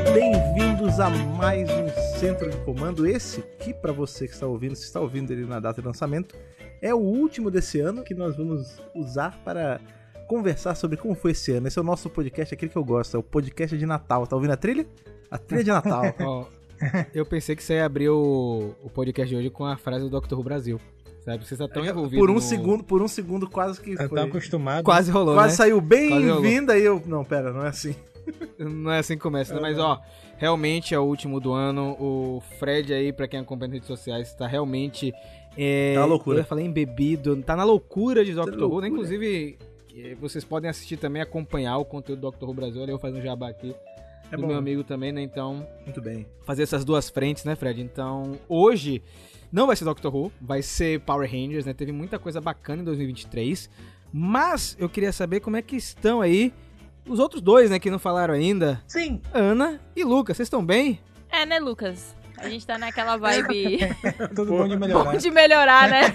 Bem-vindos a mais um Centro de Comando. Esse que, para você que está ouvindo, se está ouvindo ele na data de lançamento, é o último desse ano que nós vamos usar para conversar sobre como foi esse ano. Esse é o nosso podcast, aquele que eu gosto, é o podcast de Natal. Tá ouvindo a trilha? A trilha de Natal. Eu pensei que você ia abrir o podcast de hoje com a frase do Dr. Who Brasil. Sabe? Você está tão envolvido por um segundo quase que eu foi. Tá acostumado. Quase rolou, quase né? Saiu bem-vinda e eu... Não, pera, não é assim. Não é assim que começa, né? Mas realmente é o último do ano. O Fred aí, pra quem acompanha nas redes sociais, tá realmente... Tá na loucura. Eu falei embebido, tá na loucura de Dr. Who, loucura. né? Inclusive, vocês podem assistir também, acompanhar o conteúdo do Dr. Who Brasil. Eu vou fazer um jabá aqui. Do meu amigo também, né? Então... Muito bem. Fazer essas duas frentes, né, Fred? Então, hoje... Não vai ser Dr. Who, vai ser Power Rangers, né? Teve muita coisa bacana em 2023. Mas eu queria saber como é que estão aí os outros dois, né? Que não falaram ainda. Sim. Ana e Lucas, vocês estão bem? É, né, Lucas? A gente tá naquela vibe... Tudo bom de melhorar. Bom de melhorar, né?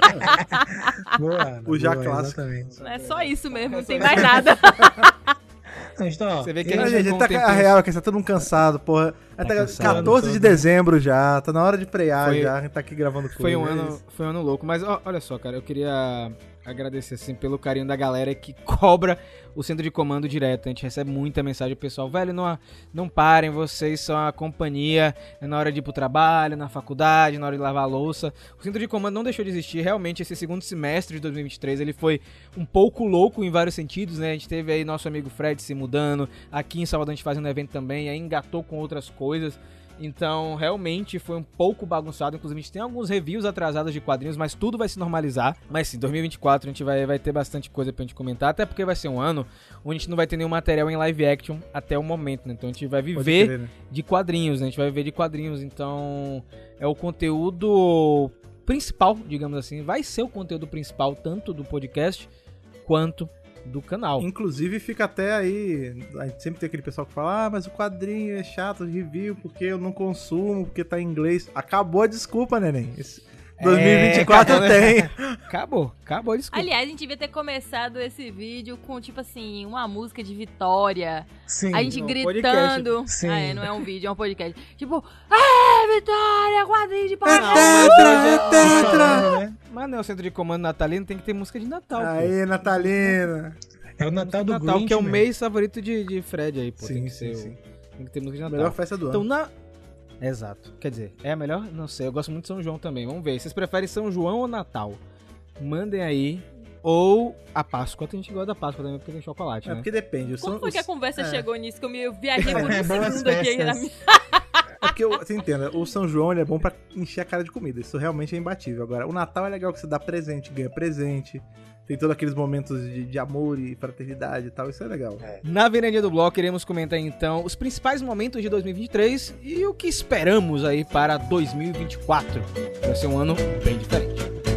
Boa, O já boa, clássico. Exatamente. É só isso mesmo, não tem mais nada. Então, ó, Você vê que A a gente gente com tá, o tempo- a real é que tá todo mundo cansado, porra. Tá cansado, 14 de dezembro já, tá na hora de prear Foi- já, a gente tá aqui gravando coisa. Foi um ano louco, mas olha só, cara, eu queria agradecer assim pelo carinho da galera que cobra o centro de comando direto. A gente recebe muita mensagem do pessoal, velho, não parem, vocês são a companhia na hora de ir pro trabalho, na faculdade, na hora de lavar a louça. O centro de comando não deixou de existir. Realmente esse segundo semestre de 2023 ele foi um pouco louco em vários sentidos, né? A gente teve aí nosso amigo Fred se mudando, aqui em Salvador a gente fazendo um evento também, aí engatou com outras coisas. Então, realmente foi um pouco bagunçado. Inclusive, a gente tem alguns reviews atrasados de quadrinhos, mas tudo vai se normalizar. Mas sim, 2024 a gente vai ter bastante coisa pra gente comentar, até porque vai ser um ano onde a gente não vai ter nenhum material em live action até o momento, né? Então a gente vai viver crer, né? de quadrinhos, né? A gente vai viver de quadrinhos, então é o conteúdo principal, digamos assim. Vai ser o conteúdo principal tanto do podcast quanto do canal. Inclusive fica até aí, a gente sempre tem aquele pessoal que fala, mas o quadrinho é chato de review porque eu não consumo, porque tá em inglês. Acabou a desculpa, neném. 2024 acabou, né? tem. Acabou, desculpa. Aliás, a gente devia ter começado esse vídeo com, tipo assim, uma música de vitória. sim. A gente um gritando. podcast. Sim. Ah, não é um vídeo, é um podcast. Tipo, Vitória, quadrinho de Power Né? Mas não, o centro de comando natalino tem que ter música de Natal, pô. Aí, Natalina. É o Natal do Natal, Grinch, que é o meu. mês favorito de Fred aí, pô. Sim, Tem que sim, ser sim. tem que ter música de Natal. Melhor festa do Então, ano. Exato. Quer dizer, é a melhor? Não sei. Eu gosto muito de São João também. Vamos ver. Vocês preferem São João ou Natal? Mandem aí. Ou a Páscoa. Tem gente que gosta da Páscoa também, porque tem chocolate, É né? porque depende. Como foi que a conversa chegou nisso? Que eu viajei por É, um boas segundo aqui na festas. minha... É porque, você entenda, o São João ele é bom pra encher a cara de comida. Isso realmente é imbatível. Agora, o Natal é legal que você dá presente, ganha presente. Tem todos aqueles momentos de amor e fraternidade e tal. Isso é legal. Na Virandinha do Bloco, iremos comentar então os principais momentos de 2023 e o que esperamos aí para 2024. Vai ser um ano bem diferente.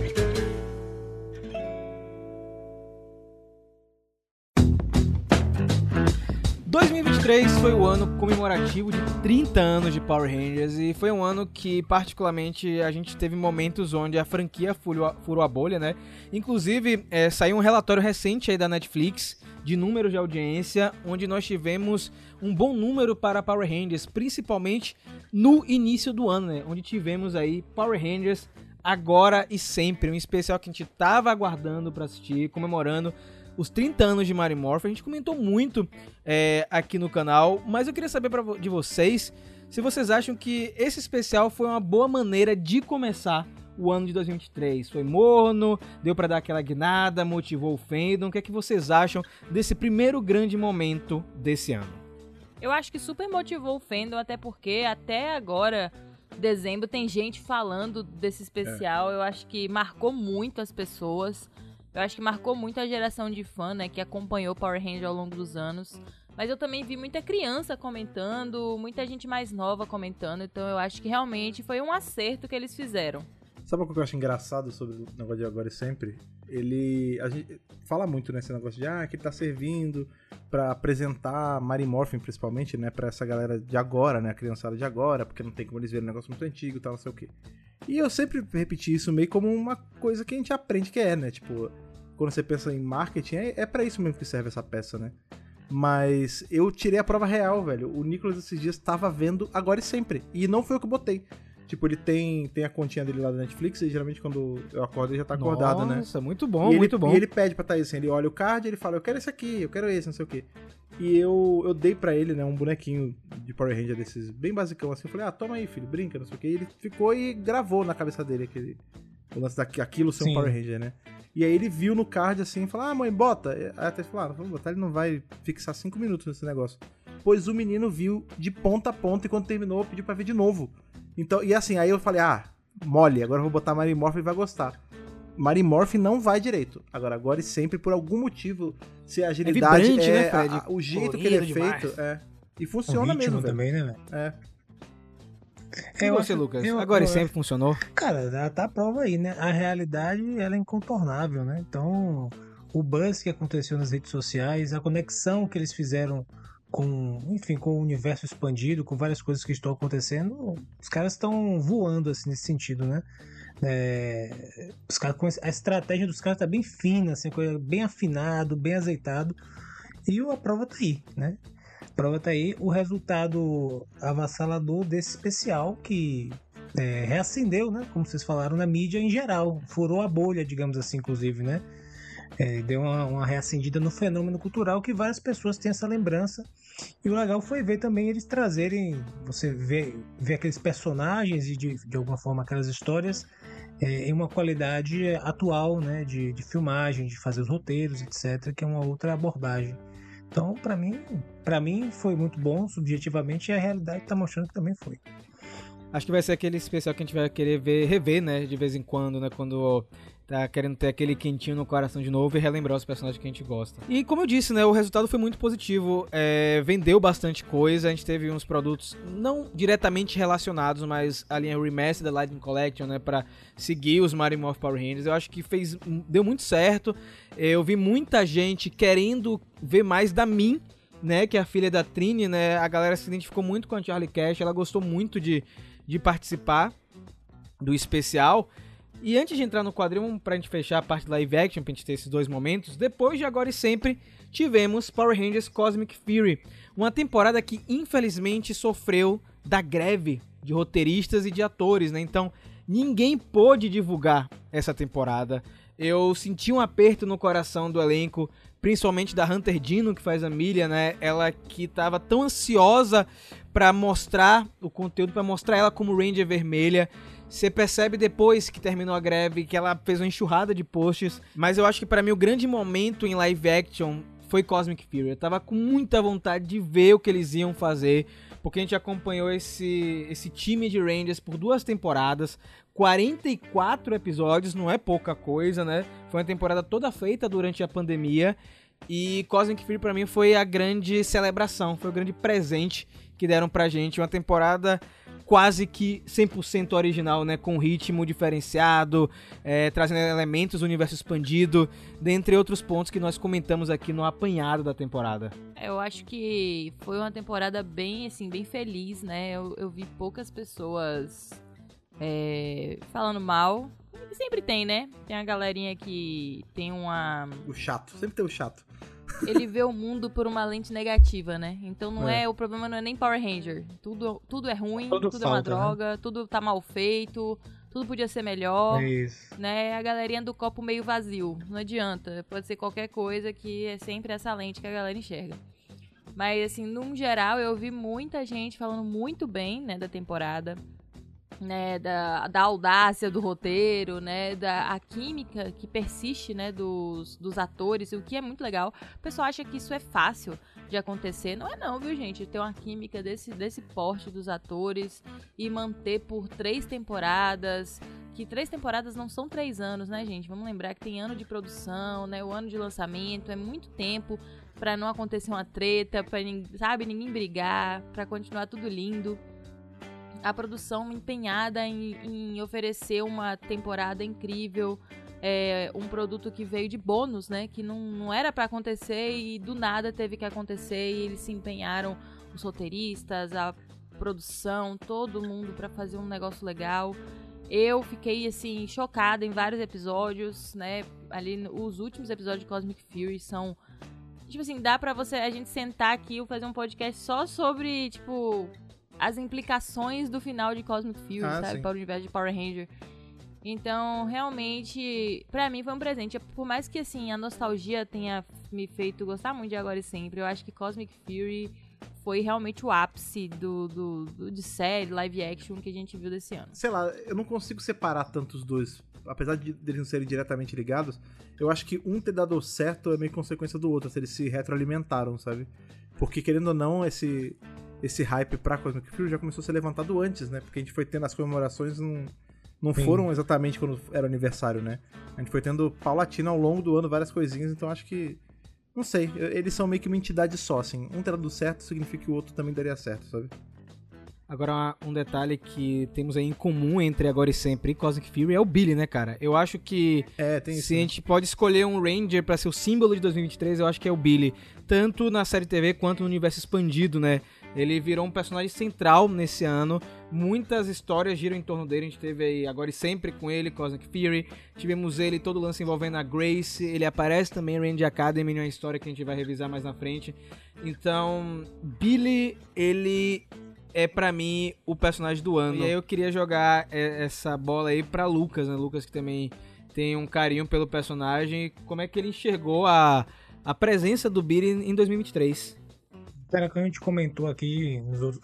Em 2023 foi o ano comemorativo de 30 anos de Power Rangers e foi um ano que, particularmente, a gente teve momentos onde a franquia furou a bolha, né? Inclusive, saiu um relatório recente aí da Netflix de números de audiência, onde nós tivemos um bom número para Power Rangers, principalmente no início do ano, né? Onde tivemos aí Power Rangers agora e sempre, um especial que a gente tava aguardando para assistir, comemorando os 30 anos de Mighty Morphin. A gente comentou muito aqui no canal, mas eu queria saber de vocês se vocês acham que esse especial foi uma boa maneira de começar o ano de 2023. Foi morno, deu pra dar aquela guinada, motivou o fandom. O que é que vocês acham desse primeiro grande momento desse ano? Eu acho que super motivou o fandom, até porque até agora, dezembro, tem gente falando desse especial. Eu acho que marcou muito as pessoas. Eu acho que marcou muito a geração de fã, né, que acompanhou Power Rangers ao longo dos anos. Mas eu também vi muita criança comentando, muita gente mais nova comentando. Então eu acho que realmente foi um acerto que eles fizeram. Sabe o que eu acho engraçado sobre o negócio de agora e sempre? A gente fala muito nesse negócio de que ele tá servindo pra apresentar Mighty Morphin, principalmente, né, pra essa galera de agora, né, a criançada de agora, porque não tem como eles verem um negócio muito antigo e tal, não sei o quê. E eu sempre repeti isso meio como uma coisa que a gente aprende que né, tipo, quando você pensa em marketing, é pra isso mesmo que serve essa peça, né. Mas eu tirei a prova real, velho. O Nicolas esses dias tava vendo Agora e Sempre. E não foi eu que botei. Tipo, ele tem a continha dele lá da Netflix e geralmente quando eu acordo ele já tá acordado, né? Nossa, muito bom, E muito bom. E ele pede pra Thaís assim, ele olha o card e ele fala, eu quero esse aqui, eu quero esse, não sei o quê. E eu dei pra ele, né, um bonequinho de Power Ranger desses, bem basicão assim. Eu falei, toma aí, filho, brinca, não sei o quê. E ele ficou e gravou na cabeça dele o lance daquilo ser um Power Ranger, né? E aí ele viu no card assim e falou, mãe, bota. Aí a Thaís falou, não vamos botar, ele não vai fixar 5 minutos nesse negócio. Pois o menino viu de ponta a ponta e quando terminou pediu pra ver de novo. Então, e assim, aí eu falei, mole, agora eu vou botar Mary Morphin e vai gostar. Mary Morphin não vai direito. Agora e sempre, por algum motivo, se a agilidade vibrante, né, Fred? o jeito que ele é demais. feito, e funciona mesmo, velho. também, né, velho? E você, Lucas? Agora e Sempre funcionou? Cara, tá a prova aí, né? A realidade, ela é incontornável, né? Então, o buzz que aconteceu nas redes sociais, a conexão que eles fizeram com o universo expandido, com várias coisas que estão acontecendo, os caras estão voando, assim, nesse sentido, né? Os caras, a estratégia dos caras tá bem fina, assim, bem afinado, bem azeitado, e a prova tá aí, né? A prova tá aí, o resultado avassalador desse especial que reacendeu, né? Como vocês falaram, na mídia em geral, furou a bolha, digamos assim, inclusive, né? Deu uma reacendida no fenômeno cultural que várias pessoas têm essa lembrança. E o legal foi ver também eles trazerem, você ver aqueles personagens e de alguma forma aquelas histórias em uma qualidade atual, né, de filmagem, de fazer os roteiros, etc, que é uma outra abordagem. Então, pra mim foi muito bom subjetivamente, e a realidade tá mostrando que também foi. Acho que vai ser aquele especial que a gente vai querer rever, né, de vez em quando, né, quando tá querendo ter aquele quentinho no coração de novo e relembrar os personagens que a gente gosta. E como eu disse, né, o resultado foi muito positivo, vendeu bastante coisa, a gente teve uns produtos não diretamente relacionados, mas a linha Remastered da Lightning Collection, né, pra seguir os Mighty Morphin Power Rangers, eu acho que deu muito certo, eu vi muita gente querendo ver mais da Min, né, que é a filha da Trini, né, a galera se identificou muito com a Charlie Cash, ela gostou muito de participar do especial. E antes de entrar no quadrinho, pra gente fechar a parte live action, pra gente ter esses dois momentos, depois de Agora e Sempre, tivemos Power Rangers Cosmic Fury, uma temporada que infelizmente sofreu da greve de roteiristas e de atores, né? Então, ninguém pôde divulgar essa temporada. Eu senti um aperto no coração do elenco, principalmente da Hunter Dino, que faz a Milha, né? Ela que tava tão ansiosa pra mostrar o conteúdo, pra mostrar ela como Ranger Vermelha. Você percebe depois que terminou a greve que ela fez uma enxurrada de posts, mas eu acho que pra mim o grande momento em live action foi Cosmic Fury. Eu tava com muita vontade de ver o que eles iam fazer, porque a gente acompanhou esse time de Rangers por 2 temporadas, 44 episódios, não é pouca coisa, né? Foi uma temporada toda feita durante a pandemia, e Cosmic Fury pra mim foi a grande celebração, foi o grande presente que deram pra gente, uma temporada quase que 100% original, né, com ritmo diferenciado, trazendo elementos do universo expandido, dentre outros pontos que nós comentamos aqui no apanhado da temporada. Eu acho que foi uma temporada bem, assim, bem feliz, né, eu vi poucas pessoas falando mal. Sempre tem, né, tem a galerinha que tem uma... O chato, sempre tem o chato. Ele vê o mundo por uma lente negativa, né? Então o problema não é nem Power Ranger. Tudo é ruim, tudo falta, é uma droga, né? Tudo tá mal feito, tudo podia ser melhor. É isso. Né? A galerinha do copo meio vazio. Não adianta. Pode ser qualquer coisa que é sempre essa lente que a galera enxerga. Mas, assim, num geral, eu vi muita gente falando muito bem, né, da temporada. Né, da audácia do roteiro, né, a química que persiste, né, dos atores, o que é muito legal. O pessoal acha que isso é fácil de acontecer. Não é não, viu, gente? Ter uma química desse porte dos atores e manter por 3 temporadas, que 3 temporadas não são 3 anos, né, gente? Vamos lembrar que tem ano de produção, né, o ano de lançamento, é muito tempo pra não acontecer uma treta, pra ninguém brigar, pra continuar tudo lindo. A produção empenhada em oferecer uma temporada incrível, um produto que veio de bônus, né? Que não era pra acontecer e do nada teve que acontecer e eles se empenharam, os roteiristas, a produção, todo mundo pra fazer um negócio legal. Eu fiquei, assim, chocada em vários episódios, né? Ali, os últimos episódios de Cosmic Fury são tipo assim, dá pra a gente sentar aqui e fazer um podcast só sobre, tipo, as implicações do final de Cosmic Fury, sabe? Sim. Para o universo de Power Ranger. Então, realmente, pra mim foi um presente. Por mais que, assim, a nostalgia tenha me feito gostar muito de Agora e Sempre, eu acho que Cosmic Fury foi realmente o ápice de série, live action que a gente viu desse ano. Sei lá, eu não consigo separar tanto os dois. Apesar de eles não serem diretamente ligados, eu acho que um ter dado certo é meio consequência do outro. Eles se retroalimentaram, sabe? Porque, querendo ou não, esse hype pra Cosmic Fury já começou a ser levantado antes, né? Porque a gente foi tendo as comemorações, não foram exatamente quando era o aniversário, né? A gente foi tendo paulatina ao longo do ano várias coisinhas, então acho que... Não sei, eles são meio que uma entidade só, assim. Um ter dado certo significa que o outro também daria certo, sabe? Agora, um detalhe que temos aí em comum entre Agora e Sempre e Cosmic Fury é o Billy, né, cara? Eu acho que tem isso, se a gente pode escolher um Ranger pra ser o símbolo de 2023, eu acho que é o Billy. Tanto na série TV quanto no universo expandido, né? Ele virou um personagem central nesse ano. Muitas histórias giram em torno dele. A gente teve aí Agora e Sempre com ele, Cosmic Fury. Tivemos ele, todo o lance envolvendo a Grace. Ele aparece também em Ranger Academy, numa história que a gente vai revisar mais na frente. Então, Billy, ele é pra mim o personagem do ano. E aí eu queria jogar essa bola aí pra Lucas, né? Lucas que também tem um carinho pelo personagem. Como é que ele enxergou a presença do Billy em 2023? Cara, como a gente comentou aqui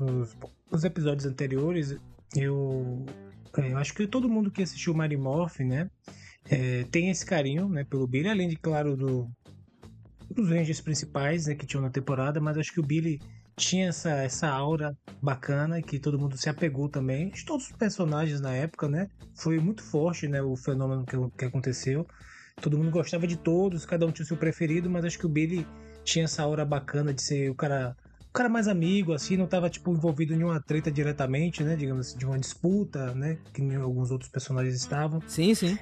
nos episódios anteriores, eu acho que todo mundo que assistiu Mighty Morphin, né, tem esse carinho, né, pelo Billy, além de, claro, dos Rangers principais, né, que tinham na temporada, mas acho que o Billy tinha essa aura bacana que todo mundo se apegou também. De todos os personagens na época, né, foi muito forte, né, o fenômeno que aconteceu. Todo mundo gostava de todos, cada um tinha o seu preferido, mas acho que o Billy tinha essa aura bacana de ser o cara mais amigo, assim, não tava, tipo, envolvido em nenhuma treta diretamente, né, digamos assim, de uma disputa, né, que nem alguns outros personagens estavam. Sim, sim.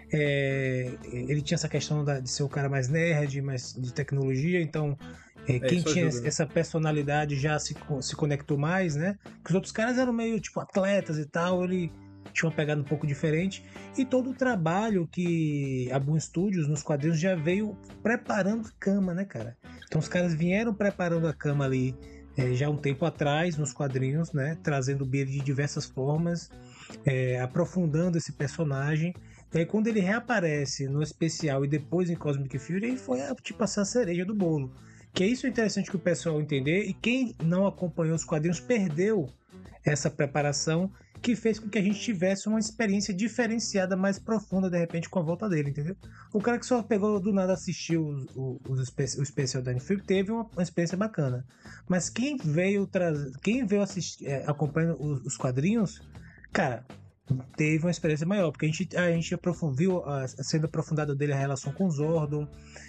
Ele tinha essa questão de ser o cara mais nerd, mais de tecnologia, então quem tinha ajuda, né? Essa personalidade já se conectou mais, né, porque os outros caras eram meio, tipo, atletas e tal, ele tinha uma pegada um pouco diferente, e todo o trabalho que a Boom Studios nos quadrinhos já veio preparando a cama, né, cara? Então os caras vieram preparando a cama ali já há um tempo atrás nos quadrinhos, né, trazendo o Billy de diversas formas, aprofundando esse personagem. E aí quando ele reaparece no especial e depois em Cosmic Fury, aí foi tipo essa cereja do bolo. Que é isso interessante que o pessoal entender, e quem não acompanhou os quadrinhos perdeu essa preparação que fez com que a gente tivesse uma experiência diferenciada, mais profunda, de repente, com a volta dele, entendeu? O cara que só pegou do nada, assistiu o especial da Fury teve uma experiência bacana. Mas quem veio assistir, acompanhando os quadrinhos, cara, teve uma experiência maior, porque a gente viu sendo aprofundada dele a relação com Zordon,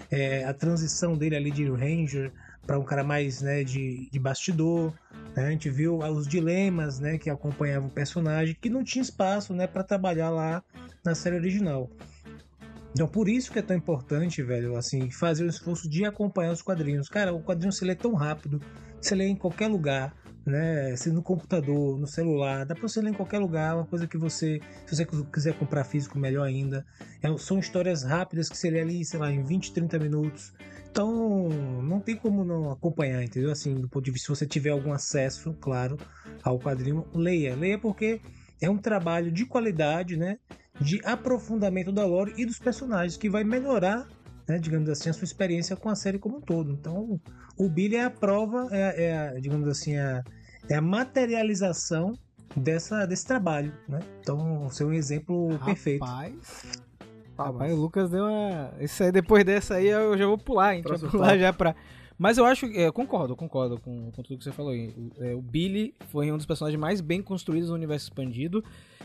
a transição dele ali de Ranger para um cara mais, né, de bastidor, né? A gente viu os dilemas, né, que acompanhavam o personagem, que não tinha espaço, né, para trabalhar lá na série original. Então por isso que é tão importante, velho, assim, fazer o esforço de acompanhar os quadrinhos. Cara, o quadrinho se lê tão rápido, você lê em qualquer lugar, né, se no computador, no celular, dá pra você ler em qualquer lugar, uma coisa que se você quiser comprar físico, melhor ainda. São histórias rápidas que você lê ali, sei lá, em 20, 30 minutos. Então, não tem como não acompanhar, entendeu? Assim, do ponto de vista, se você tiver algum acesso, claro, ao quadrinho, leia. Leia porque é um trabalho de qualidade, né, de aprofundamento da lore e dos personagens, que vai melhorar, né, digamos assim, a sua experiência com a série como um todo. Então, o Billy é a prova, digamos assim, é a materialização desse trabalho, né? Então, ser um exemplo perfeito. Rapaz, o Lucas deu uma... Isso aí, depois dessa aí eu já vou pular, a gente vai pular já pra... Mas eu acho, eu concordo com tudo que você falou aí. O Billy foi um dos personagens mais bem construídos no universo expandido.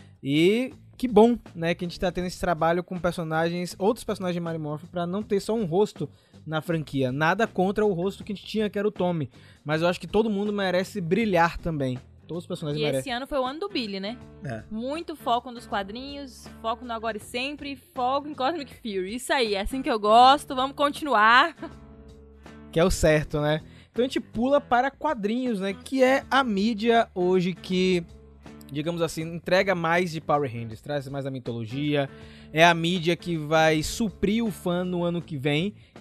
E que bom, né, que a gente tá tendo esse trabalho com outros personagens de Mighty Morphin, pra não ter só um rosto na franquia. Nada contra o rosto que a gente tinha, que era o Tommy. Mas eu acho que todo mundo merece brilhar também. Todos os personagens merecem. Esse ano foi o ano do Billy, né? Muito foco nos quadrinhos, foco no Agora e Sempre, foco em Cosmic Fury. Isso aí, é assim que eu gosto, vamos continuar. Que é o certo, né? Então a gente pula para quadrinhos, né? Que é a mídia hoje que, digamos assim, entrega mais de Power Rangers, traz mais da mitologia. É a mídia que vai suprir o fã no ano que vem,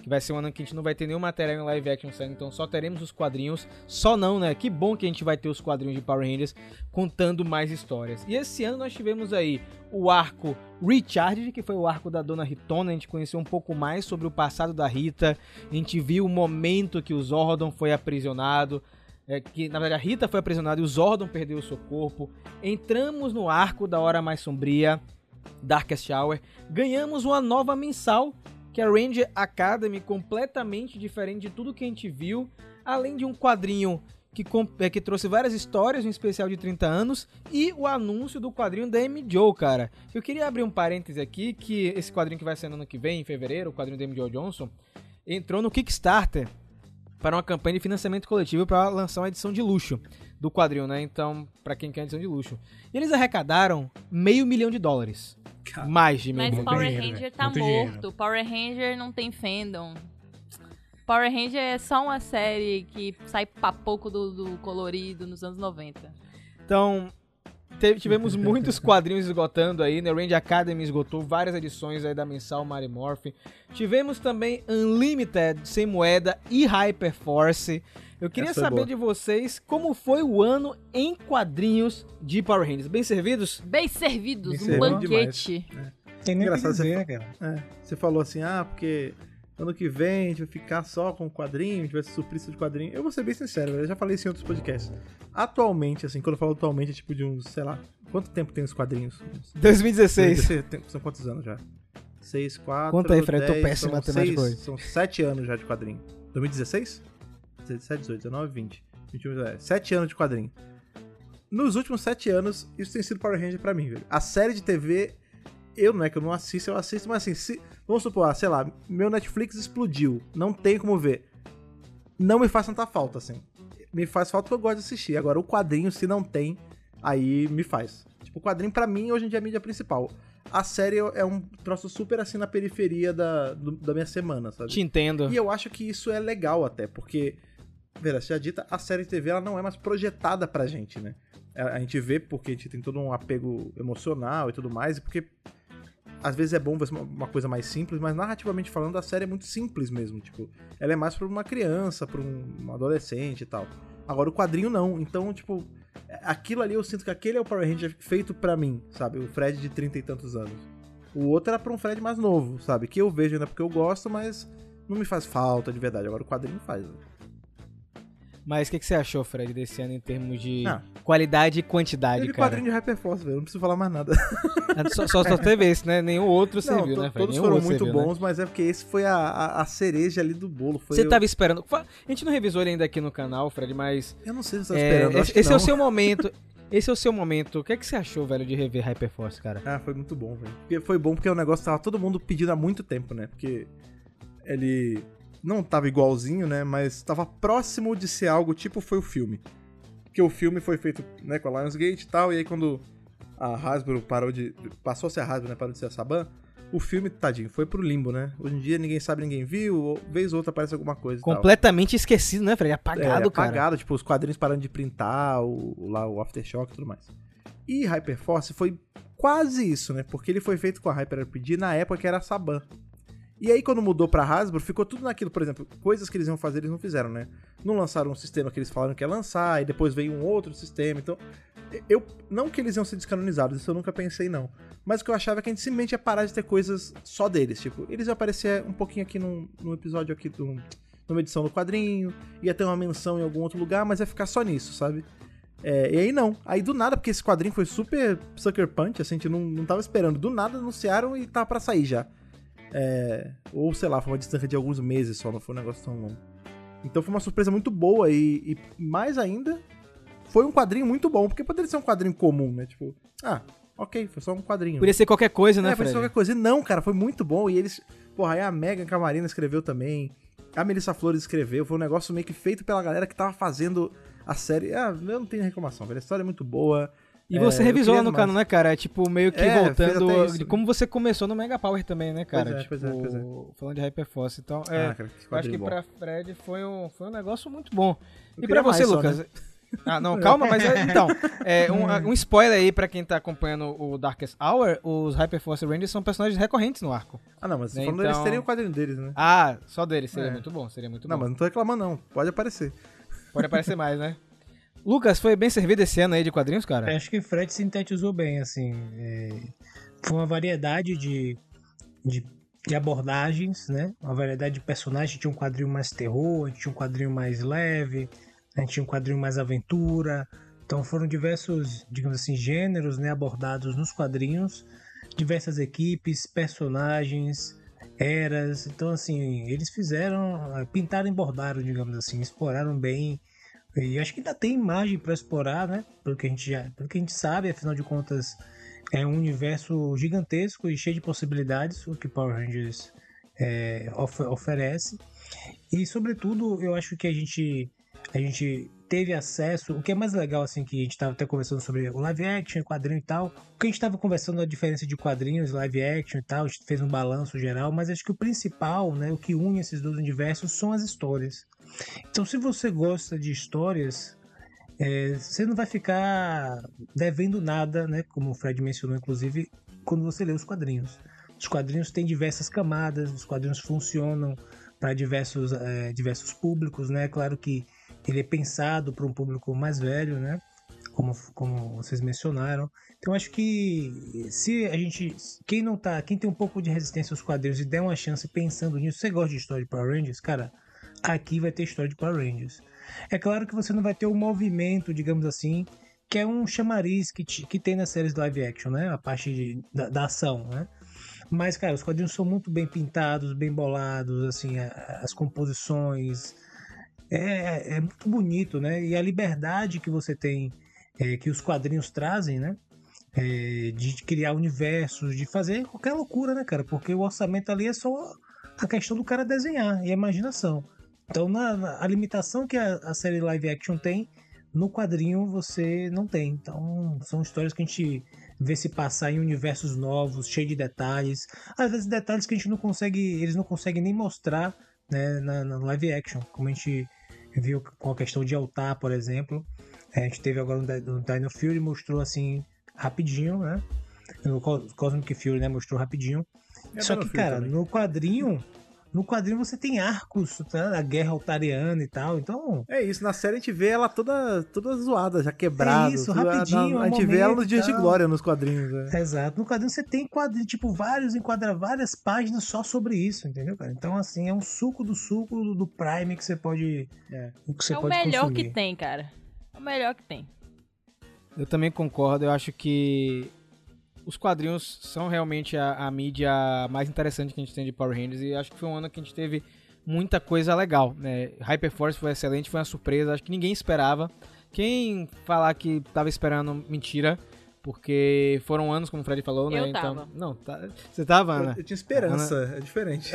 que vai ser um ano que a gente não vai ter nenhum material em live action saindo, então só teremos os quadrinhos. Só não, né? Que bom que a gente vai ter os quadrinhos de Power Rangers contando mais histórias. E esse ano nós tivemos aí o arco Recharged, que foi o arco da Dona Ritona. A gente conheceu um pouco mais sobre o passado da Rita. A gente viu o momento que o Zordon foi aprisionado. Que na verdade a Rita foi aprisionada e o Zordon perdeu o seu corpo. Entramos no arco da Hora Mais Sombria, Darkest Hour. Ganhamos uma nova mensal, que é a Ranger Academy, completamente diferente de tudo que a gente viu. Além de um quadrinho que trouxe várias histórias, um especial de 30 anos, e o anúncio do quadrinho da Amy Jo, cara. Eu queria abrir um parêntese aqui, que esse quadrinho que vai ser no ano que vem, em fevereiro, o quadrinho da Amy Jo Johnson, entrou no Kickstarter para uma campanha de financiamento coletivo para lançar uma edição de luxo do quadrinho, né? Então, para quem quer edição de luxo. E eles arrecadaram $500 mil. Cara, mais de $500 Mas mil. Power dinheiro, Ranger velho. tá Muito morto. dinheiro. Power Ranger não tem fandom. Power Ranger é só uma série que sai papoco do colorido nos anos 90. Então, tivemos muitos quadrinhos esgotando aí, né? Ranger Academy esgotou várias edições aí da mensal Mighty Morphin. Tivemos também Unlimited, Sem Moeda e Hyperforce. Eu queria Essa foi saber boa. de vocês como foi o ano em quadrinhos de Power Rangers. Bem servidos? Bem servidos, Bem um servido banquete. Tem nem o que Engraçado dizer, você né, cara? Você falou assim, porque ano que vem a gente vai ficar só com quadrinho, a gente vai ser surpresa de quadrinho. Eu vou ser bem sincero, eu já falei isso em outros podcasts. Atualmente, assim, quando eu falo atualmente, é tipo de uns, sei lá, quanto tempo tem os quadrinhos? 2016. São quantos anos já? 6, 4, Conta aí, Fred, eu tô 10, péssimo em são matemática hoje. São 7 anos já de quadrinho. 2016? 17, 18, 19, 20. 21, 7 anos de quadrinho. Nos últimos 7 anos, isso tem sido Power Ranger pra mim, velho. A série de TV, não é que eu não assisto, eu assisto, mas assim, vamos supor, sei lá, meu Netflix explodiu, não tem como ver. Não me faz tanta falta, assim. Me faz falta porque eu gosto de assistir. Agora, o quadrinho, se não tem, aí me faz. Tipo, o quadrinho, pra mim, hoje em dia é a mídia principal. A série é um troço super, assim, na periferia da minha semana, sabe? Te entendo. E eu acho que isso é legal até, porque, verdade, já dita, a série de TV ela não é mais projetada pra gente, né? A gente vê porque a gente tem todo um apego emocional e tudo mais, e porque às vezes é bom ver uma coisa mais simples, mas narrativamente falando, a série é muito simples mesmo, tipo, ela é mais pra uma criança, pra um adolescente e tal. Agora o quadrinho não, então, tipo, aquilo ali eu sinto que aquele é o Power Ranger feito pra mim, sabe? O Fred de 30 e tantos anos. O outro era pra um Fred mais novo, sabe? Que eu vejo ainda porque eu gosto, mas não me faz falta de verdade. Agora o quadrinho faz, né? Mas o que você achou, Fred, desse ano em termos de Ah. qualidade e quantidade, Teve cara? quadrinho de Hyperforce, velho. Não preciso falar mais nada. Só teve esse, né? Nenhum outro serviu, Não, né, Fred? todos Nenhum foram outro muito serviu, né? bons, mas é porque esse foi a cereja ali do bolo. Foi Você tava esperando... A gente não revisou ele ainda aqui no canal, Fred, mas... Eu não sei se você tava esperando. eu acho que esse é não. o seu momento. Esse é o seu momento. O que é que você achou, velho, de rever Hyperforce, cara? Ah, foi muito bom, velho. Porque foi bom porque o negócio tava todo mundo pedindo há muito tempo, né? Porque ele não tava igualzinho, né? Mas tava próximo de ser algo tipo foi o filme. Porque o filme foi feito, né, com a Lionsgate e tal, e aí quando a Hasbro passou a ser a Hasbro, né, parou de ser a Saban, o filme, tadinho, foi pro limbo, né? Hoje em dia ninguém sabe, ninguém viu, ou vez ou outra aparece alguma coisa e tal. Completamente esquecido, né, Fred? Apagado, cara. Apagado, tipo, os quadrinhos parando de printar, o Aftershock e tudo mais. E Hyperforce foi quase isso, né? Porque ele foi feito com a Hyper RPG na época que era a Saban. E aí, quando mudou pra Hasbro, ficou tudo naquilo. Por exemplo, coisas que eles iam fazer, eles não fizeram, né? Não lançaram um sistema que eles falaram que ia lançar, e depois veio um outro sistema. Então, não que eles iam ser descanonizados, isso eu nunca pensei, não. Mas o que eu achava é que a gente simplesmente ia parar de ter coisas só deles. Tipo, eles iam aparecer um pouquinho aqui num episódio aqui, numa edição do quadrinho, ia ter uma menção em algum outro lugar, mas ia ficar só nisso, sabe? E aí não. Aí do nada, porque esse quadrinho foi super Sucker Punch, assim, a gente não tava esperando. Do nada anunciaram e tava pra sair já. Ou sei lá, foi uma distância de alguns meses só, não foi um negócio tão longo. Então foi uma surpresa muito boa e mais ainda, foi um quadrinho muito bom, porque poderia ser um quadrinho comum, né? Tipo, ok, foi só um quadrinho. Podia ser qualquer coisa, né, Podia Fred? ser qualquer coisa. E não, cara, foi muito bom. E eles, porra, aí a Megan Camarina escreveu também, a Melissa Flores escreveu, foi um negócio meio que feito pela galera que tava fazendo a série. Eu não tenho reclamação, velho, a história é muito boa. E você revisou lá no mais. canal, né, cara? É tipo, meio que Fez voltando até isso. de como você começou no Mega Power também, né, cara? Pois é, pois é. Falando de Hyperforce. Então, Cara, que eu acho quadrinho que bom. pra Fred foi um negócio muito bom. E queria pra você, mais só, Lucas? né? Ah, não, calma, mas então, um spoiler aí pra quem tá acompanhando o Darkest Hour, os Hyperforce Rangers são personagens recorrentes no arco. Ah, não, mas Né, falando então... eles teriam o quadrinho deles, né? Ah, só deles, seria muito bom, seria muito Não, bom. mas não tô reclamando não, pode aparecer. Pode aparecer mais, né? Lucas, foi bem servido esse ano aí de quadrinhos, cara? Acho que o Fred sintetizou bem, assim. Foi uma variedade de abordagens, né? Uma variedade de personagens. Tinha um quadrinho mais terror, a gente tinha um quadrinho mais leve, a gente tinha um quadrinho mais aventura. Então foram diversos, digamos assim, gêneros, né, abordados nos quadrinhos. Diversas equipes, personagens, eras. Então, assim, eles pintaram e bordaram, digamos assim, exploraram bem. E acho que ainda tem imagem para explorar, né? Pelo que a gente sabe, afinal de contas, é um universo gigantesco e cheio de possibilidades, o que Power Rangers oferece. E, sobretudo, eu acho que a gente teve acesso. O que é mais legal, assim, que a gente estava até conversando sobre o live action, quadrinho e tal. O que a gente estava conversando a diferença de quadrinhos, live action e tal, a gente fez um balanço geral, mas acho que o principal, né, o que une esses dois universos são as histórias. Então, se você gosta de histórias, você não vai ficar devendo nada, né? Como o Fred mencionou, inclusive, quando você lê os quadrinhos. Os quadrinhos têm diversas camadas, os quadrinhos funcionam para diversos públicos, né? Claro que ele é pensado para um público mais velho, né? Como vocês mencionaram. Então, acho que quem tem um pouco de resistência aos quadrinhos e der uma chance pensando nisso, você gosta de história de Power Rangers, cara, aqui vai ter história de Power Rangers. É claro que você não vai ter o movimento, digamos assim, que é um chamariz que tem nas séries live action, né? A parte da ação, né? Mas, cara, os quadrinhos são muito bem pintados, bem bolados, assim, as composições. É muito bonito, né? E a liberdade que você tem, que os quadrinhos trazem, né? De criar universos, de fazer qualquer loucura, né, cara? Porque o orçamento ali é só a questão do cara desenhar e a imaginação. Então, a limitação que a série live action tem, no quadrinho você não tem. Então, são histórias que a gente vê se passar em universos novos, cheios de detalhes. Às vezes, detalhes que eles não conseguem nem mostrar, né, na live action. Como a gente viu com a questão de Altar, por exemplo. A gente teve agora no Dino Fury, mostrou assim, rapidinho, né? No Cosmic Fury, né? Mostrou rapidinho. Só que, cara, também. No quadrinho você tem arcos, tá? A guerra altariana e tal, então... É isso, na série a gente vê ela toda zoada, já quebrada. É isso, rapidinho. A gente vê ela nos dias de glória nos quadrinhos. Exato. No quadrinho você tem quadrinhos, tipo, várias páginas só sobre isso, entendeu, cara? Então, assim, é um suco do Prime que você pode o melhor consumir. Que tem, cara. É o melhor que tem. Eu também concordo, eu acho que os quadrinhos são realmente a mídia mais interessante que a gente tem de Power Rangers e acho que foi um ano que a gente teve muita coisa legal, né? Hyperforce foi excelente, foi uma surpresa, acho que ninguém esperava. Quem falar que tava esperando, mentira, porque foram anos, como o Fred falou, né? Eu tava. Então, não, você tava, Ana? Eu tinha esperança, Ana... é diferente.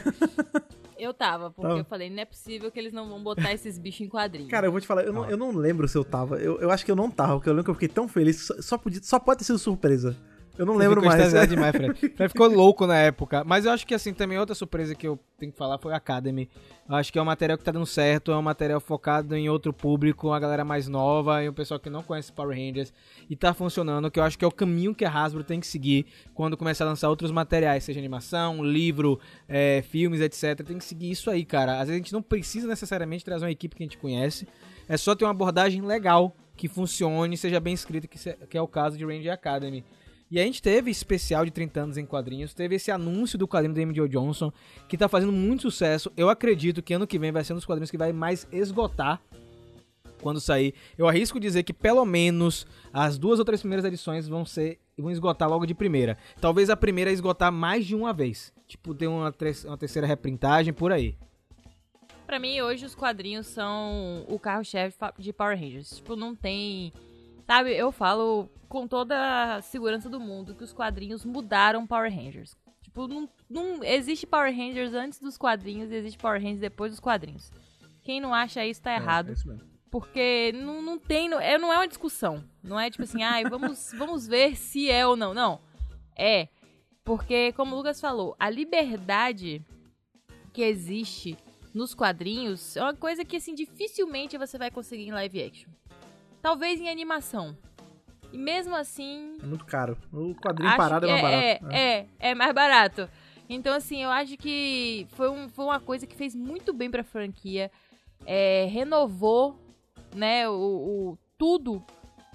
Eu tava, porque eu falei, não é possível que eles não vão botar esses bichos em quadrinhos. Cara, eu vou te falar, eu não lembro se eu tava. Eu acho que eu não tava, porque eu lembro que eu fiquei tão feliz, só pode ter sido surpresa. Eu não lembro mais. Demais, Fred. Fred ficou louco na época. Mas eu acho que, assim, também outra surpresa que eu tenho que falar foi a Academy. Eu acho que é um material que tá dando certo, é um material focado em outro público, uma galera mais nova e um pessoal que não conhece Power Rangers. E tá funcionando, que eu acho que é o caminho que a Hasbro tem que seguir quando começar a lançar outros materiais, seja animação, livro, filmes, etc. Tem que seguir isso aí, cara. Às vezes a gente não precisa necessariamente trazer uma equipe que a gente conhece. É só ter uma abordagem legal, que funcione, seja bem escrita, que é o caso de Ranger Academy. E a gente teve especial de 30 anos em quadrinhos, teve esse anúncio do quadrinho do M.J. Johnson, que tá fazendo muito sucesso. Eu acredito que ano que vem vai ser um dos quadrinhos que vai mais esgotar quando sair. Eu arrisco dizer que pelo menos as 2 ou 3 primeiras edições vão esgotar logo de primeira. Talvez a primeira esgotar mais de uma vez. Tipo, ter uma terceira reprintagem por aí. Pra mim, hoje, os quadrinhos são o carro-chefe de Power Rangers. Tipo, não tem... Sabe, eu falo com toda a segurança do mundo que os quadrinhos mudaram Power Rangers. Tipo, não existe Power Rangers antes dos quadrinhos e existe Power Rangers depois dos quadrinhos. Quem não acha isso tá errado. É isso mesmo. Porque não é uma discussão. Não é tipo assim, vamos ver se é ou não. Não. É. Porque, como o Lucas falou, a liberdade que existe nos quadrinhos é uma coisa que, assim, dificilmente você vai conseguir em live action. talvez em animação. E mesmo assim... É muito caro. O quadrinho parado é mais barato. É mais barato. Então, assim, eu acho que foi uma coisa que fez muito bem pra franquia. Renovou, né, tudo.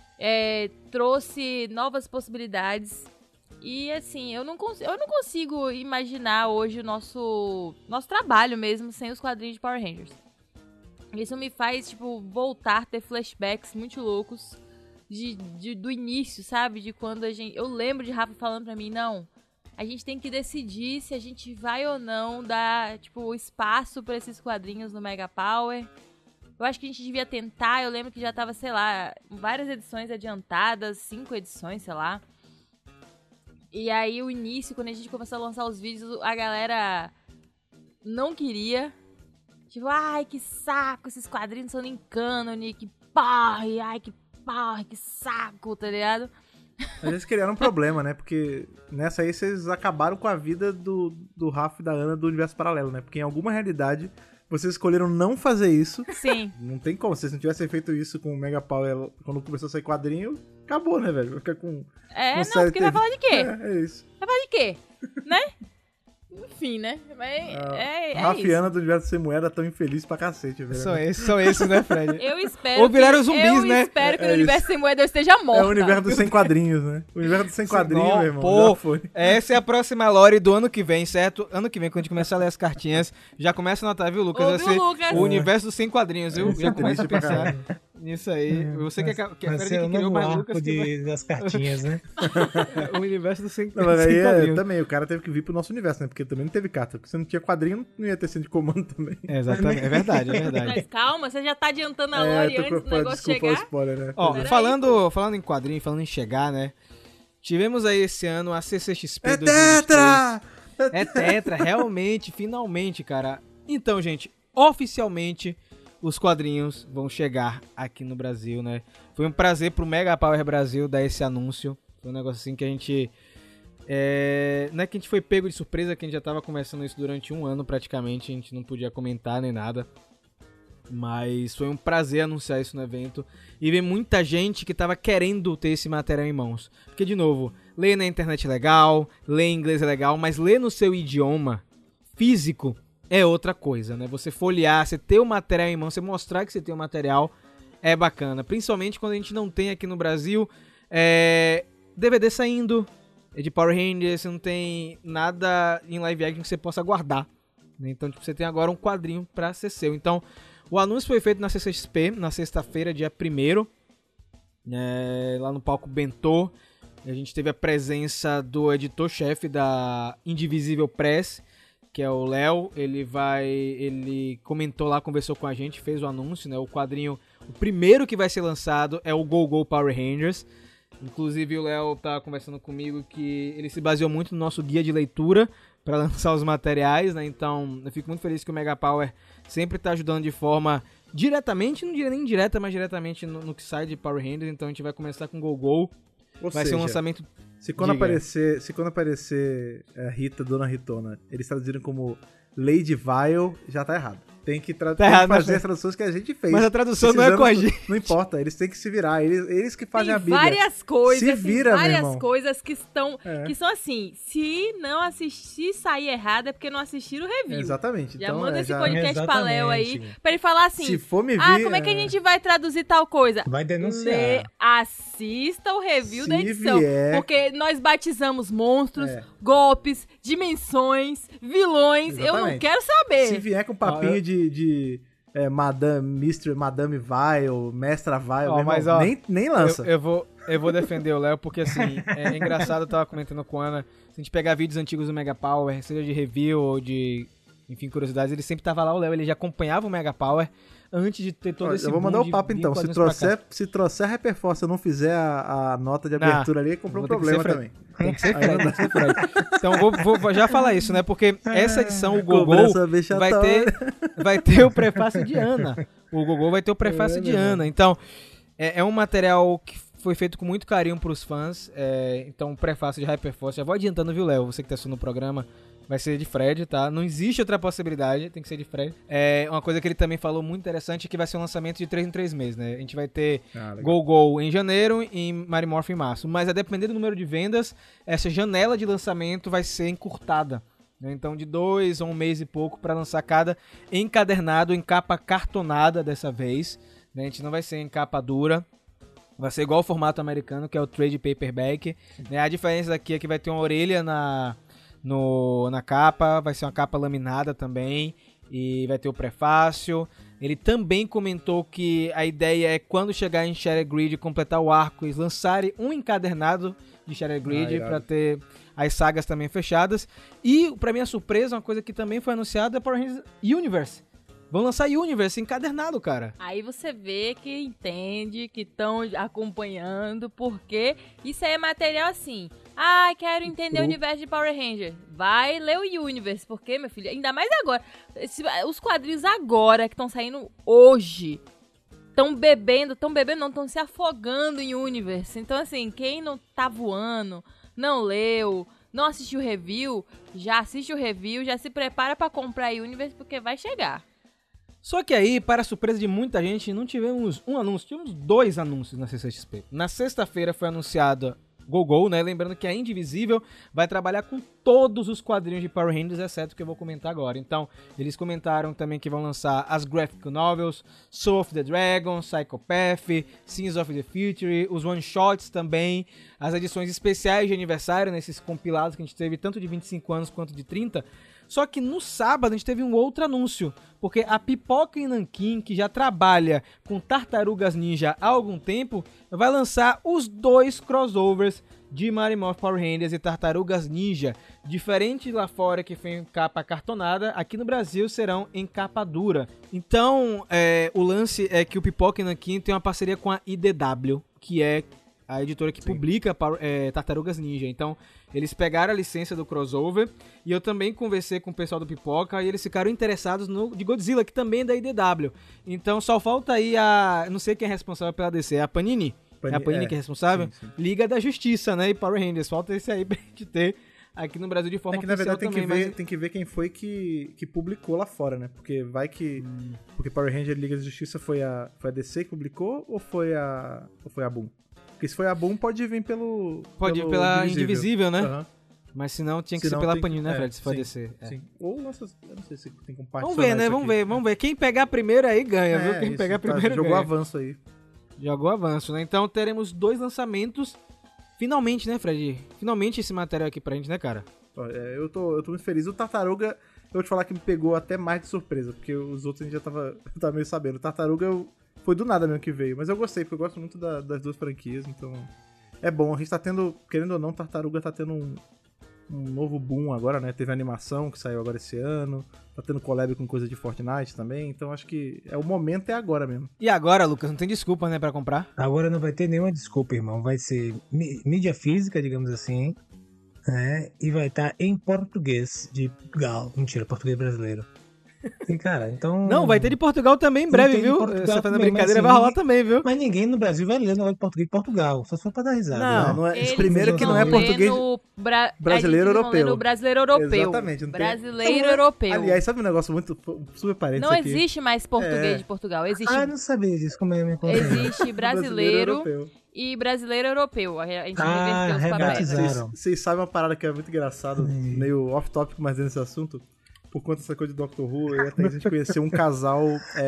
Trouxe novas possibilidades. E, assim, eu não consigo imaginar hoje o nosso trabalho mesmo sem os quadrinhos de Power Rangers. Isso me faz, tipo, voltar, ter flashbacks muito loucos do início, sabe? De quando eu lembro de Rafa falando pra mim, não, a gente tem que decidir se a gente vai ou não dar, tipo, espaço pra esses quadrinhos no Mega Power. Eu acho que a gente devia tentar, eu lembro que já tava, sei lá, várias edições adiantadas, 5 edições, sei lá. E aí o início, quando a gente começou a lançar os vídeos, a galera não queria. Tipo, ai, que saco, esses quadrinhos são em cânone, que porra, ai, que porra, que saco, tá ligado? Mas eles criaram um problema, né? Porque nessa aí vocês acabaram com a vida do Rafa e da Ana do universo paralelo, né? Porque em alguma realidade vocês escolheram não fazer isso. Sim. Não tem como. Se vocês não tivessem feito isso com o Mega Power quando começou a sair quadrinho, acabou, né, velho? Vai ficar com. Não, porque vai falar de quê? É isso. Vai falar de quê? Né? Enfim, né? Mas Rafa e isso. Ana do universo sem moeda tão infeliz pra cacete, velho. São esses, né, Fred? Eu espero. Ou viraram zumbis, né? Eu espero que no universo sem moeda eu esteja morta. É o universo dos sem quadrinhos, né? O universo dos sem quadrinhos, meu irmão. Pô, já foi. essa é a próxima lore do ano que vem, certo? Ano que vem, quando a gente começar a ler as cartinhas, já começa a anotar, viu, Lucas? Ouve Vai ser o Lucas. o universo dos sem quadrinhos, viu? Isso Já é começa a triste pra pensar caralho. nisso aí. Você que é Vai Fred ser que o criou novo mais arco Lucas que das cartinhas, né? o universo dos sem Não, mas aí quadrinhos. também, o cara teve que vir pro nosso universo, né? Porque também não teve carta. Porque se não tinha quadrinho, não ia ter centro de comando também. Exatamente, é verdade. Mas calma, você já tá adiantando a É, lore antes do negócio desculpa o chegar. spoiler, né? Ó, Peraí, falando em quadrinho, falando em chegar, né? Tivemos aí esse ano a CCXP É 2023. tetra! É tetra, realmente, finalmente, cara. Então, gente, oficialmente os quadrinhos vão chegar aqui no Brasil, né? Foi um prazer pro Mega Power Brasil dar esse anúncio. Foi um negócio assim que a gente... não é que a gente foi pego de surpresa, que a gente já tava conversando isso durante um ano praticamente. A gente não podia comentar nem nada. Mas foi um prazer anunciar isso no evento. E ver muita gente que tava querendo ter esse material em mãos. Porque, de novo, ler na internet é legal, ler em inglês é legal, mas ler no seu idioma físico é outra coisa, né? Você folhear, você ter o material em mão, você mostrar que você tem o material é bacana. Principalmente quando a gente não tem aqui no Brasil DVD saindo de Power Rangers, você não tem nada em live action que você possa guardar, né? Então, tipo, você tem agora um quadrinho pra ser seu. Então, o anúncio foi feito na CCXP, na sexta-feira, dia 1º, lá no palco Bentô. A gente teve a presença do editor-chefe da Indivisível Press, que é o Léo. Ele comentou lá, conversou com a gente, fez o anúncio, né? O quadrinho, o primeiro que vai ser lançado é o Go Go Power Rangers. Inclusive o Léo tá conversando comigo que ele se baseou muito no nosso guia de leitura para lançar os materiais, né? Então eu fico muito feliz que o Mega Power sempre tá ajudando de forma diretamente, não diria nem indireta, mas diretamente no que sai de Power Rangers. Então a gente vai começar com Go Go. Vai ser um lançamento. Se quando aparecer a Rita, Dona Ritona, eles traduzirem como Lady Vile, já tá errado. Tem que fazer as traduções que a gente fez. Mas a tradução não é com a gente. Não importa, eles têm que se virar. Eles que fazem a Bíblia. Várias coisas, se vira, várias meu irmão. coisas que são assim, se não assistir, sair errado é porque não assistiram o review. Exatamente. Já então, manda esse já... podcast pra Léo aí, Exatamente. pra ele falar assim, Se for me vir... como é que a gente vai traduzir tal coisa? Vai denunciar. Assista o review Se da edição, vier- porque nós batizamos monstros, É. golpes, dimensões, vilões, eu não Exatamente. quero saber. Se vier com papinho de Madame Vile, Mestra Vile, meu mas, irmão, ó, nem lança. Eu vou defender o Léo, porque assim, é engraçado, eu tava comentando com a Ana, se a gente pegar vídeos antigos do Mega Power, seja de review ou de, enfim, curiosidades, ele sempre tava lá, o Léo, ele já acompanhava o Mega Power antes de ter todo Olha, esse eu vou boom mandar o de papo vir então. quadrinhos pra cá. Se trouxer a Hyperforce e eu não fizer a nota de abertura ali, comprou um vou ter que problema ser também. Tem que ser Fred, tem que ser Fred. Então vou já falar isso, né? Porque essa edição, o Gogol, Cobrança vexatória. vai ter o prefácio de Ana. O Gogol vai ter o prefácio de Ana. Então, é um material que foi feito com muito carinho pros fãs. Então, o prefácio de Hyperforce. Já vou adiantando, viu, Léo? Você que tá assistindo o programa, vai ser de Fred, tá? Não existe outra possibilidade, tem que ser de Fred. Uma coisa que ele também falou muito interessante é que vai ser um lançamento de 3 em 3 meses, né? A gente vai ter Go em janeiro e Mighty Morphin em março. Mas a depender do número de vendas, essa janela de lançamento vai ser encurtada. Né? Então de 2 ou 1 mês e pouco para lançar cada encadernado em capa cartonada dessa vez. Né? A gente não vai ser em capa dura. Vai ser igual o formato americano, que é o trade paperback. Né? A diferença aqui é que vai ter uma orelha na capa, vai ser uma capa laminada também, e vai ter o prefácio. Ele também comentou que a ideia é, quando chegar em Shattered Grid, completar o arco e lançarem um encadernado de Shattered Grid para ter as sagas também fechadas. E, pra minha surpresa, uma coisa que também foi anunciada é Power Rangers Universe. Vão lançar Universe encadernado, cara. Aí você vê que entende, que estão acompanhando, porque isso aí é material assim. Ah, quero entender o universo de Power Ranger. Vai ler o Universe, porque, meu filho, ainda mais agora. Os quadrinhos agora, que estão saindo hoje, estão se afogando em Universe. Então, assim, quem não tá voando, não leu, não assistiu o review, já assiste o review, já se prepara pra comprar Universe, porque vai chegar. Só que aí, para a surpresa de muita gente, não tivemos um anúncio, tivemos 2 anúncios na CCXP. Na sexta-feira foi anunciado Go, né? Lembrando que a Indivisível vai trabalhar com todos os quadrinhos de Power Rangers, exceto o que eu vou comentar agora. Então, eles comentaram também que vão lançar as graphic novels, Soul of the Dragon, Psychopath, Scenes of the Future, os one-shots também, as edições especiais de aniversário, nesses compilados que a gente teve tanto de 25 anos quanto de 30. Só que no sábado a gente teve um outro anúncio, porque a Pipoca e Nanquim, que já trabalha com Tartarugas Ninja há algum tempo, vai lançar os 2 crossovers de Mighty Morphin Power Rangers e Tartarugas Ninja. Diferente lá fora, que foi em capa cartonada, aqui no Brasil serão em capa dura. Então, o lance é que o Pipoca e Nanquim tem uma parceria com a IDW, que é a editora que publica Tartarugas Ninja. Então, eles pegaram a licença do crossover, e eu também conversei com o pessoal do Pipoca, e eles ficaram interessados no de Godzilla, que também é da IDW. Então, só falta aí não sei quem é responsável pela DC, é a Panini. É a Panini que é responsável? Sim. Liga da Justiça, né, e Power Rangers. Falta esse aí pra gente ter aqui no Brasil de forma oficial. Na verdade, tem que ver quem foi que publicou lá fora, né? Porque vai que... Porque Power Rangers Liga da Justiça foi a DC que publicou, ou foi a Boom? Porque se foi a Boom, pode vir Pode vir pela Indivisível, né? Uhum. Mas senão tinha que ser pela Panini, né, Fred? Se for DC. Sim. Ou nossa, eu não sei se tem como participar. Vamos ver, né? Vamos ver. Quem pegar primeiro aí ganha, viu? Quem pegar primeiro jogou ganha. Avanço aí. Jogou avanço, né? Então teremos 2 lançamentos. Finalmente, né, Fred? Finalmente esse material aqui pra gente, né, cara? Eu tô muito feliz. O Tartaruga, eu vou te falar que me pegou até mais de surpresa, porque os outros a gente já tava meio sabendo. O Tartaruga foi do nada mesmo que veio, mas eu gostei, porque eu gosto muito das 2 franquias, então é bom. A gente tá tendo, querendo ou não, Tartaruga tá tendo um novo boom agora, né? Teve a animação que saiu agora esse ano, tá tendo collab com coisa de Fortnite também, então acho que o momento é agora mesmo. E agora, Lucas, não tem desculpa, né, pra comprar? Agora não vai ter nenhuma desculpa, irmão. Vai ser mídia física, digamos assim, né? E vai estar em português de Portugal. Mentira, português brasileiro. E, cara, então... Não, vai ter de Portugal também em breve, viu? Você fazendo brincadeira, vai rolar também, viu? Mas ninguém no Brasil vai ler negócio de português de Portugal. Só se for pra dar risada. Não é. Primeiro que não é português... Brasileiro europeu. Brasileiro europeu. Exatamente. Brasileiro europeu. Aliás, sabe um negócio muito super parênteses Não aqui? existe mais português de Portugal. Existe... Ah, eu não sabia disso. Como é me contei. Existe brasileiro e brasileiro europeu. A gente reverteu os papéis. Vocês sabem uma parada que é muito engraçada, meio off-topic, mas dentro desse assunto? Por conta dessa coisa de Doctor Who, eu até a gente conheceu um casal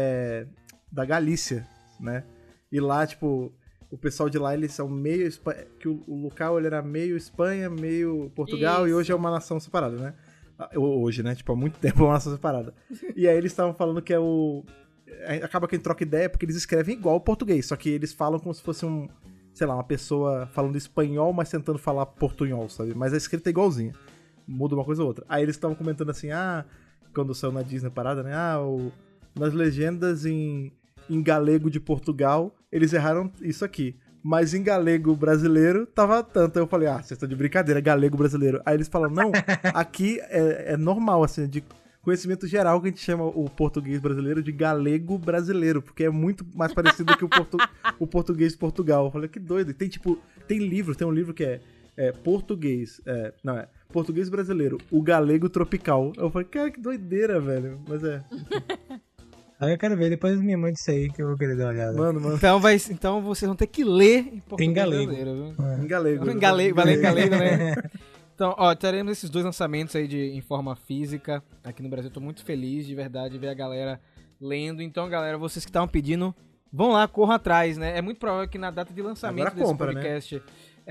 da Galícia, né? E lá, tipo, o pessoal de lá, eles são meio... que o local ele era meio Espanha, meio Portugal, e hoje é uma nação separada, né? Hoje, né? Tipo, há muito tempo é uma nação separada. E aí eles estavam falando que acaba que a gente troca ideia, porque eles escrevem igual o português, só que eles falam como se fosse uma pessoa falando espanhol, mas tentando falar portunhol, sabe? Mas a escrita é igualzinha. Muda uma coisa ou outra. Aí eles estavam comentando assim, quando saiu na Disney parada, né? Nas legendas em galego de Portugal, eles erraram isso aqui. Mas em galego brasileiro, tava tanto. Aí eu falei, vocês estão de brincadeira, galego brasileiro. Aí eles falaram, não, aqui é normal, assim, de conhecimento geral que a gente chama o português brasileiro de galego brasileiro, porque é muito mais parecido que o português de Portugal. Eu falei, que doido. Tem um livro que é português, português brasileiro, o galego tropical. Eu falei, cara, que doideira, velho. Mas é. Aí eu quero ver, depois me mande isso aí que eu vou querer dar uma olhada. Mano. Então vocês vão ter que ler em português Em galego. brasileiro, viu? Em galego. Em galego, valeu em galego, né? Então, ó, teremos esses 2 lançamentos aí em forma física aqui no Brasil. Tô muito feliz, de verdade, de ver a galera lendo. Então, galera, vocês que estavam pedindo, vão lá, corram atrás, né? É muito provável que na data de lançamento Agora desse compra, podcast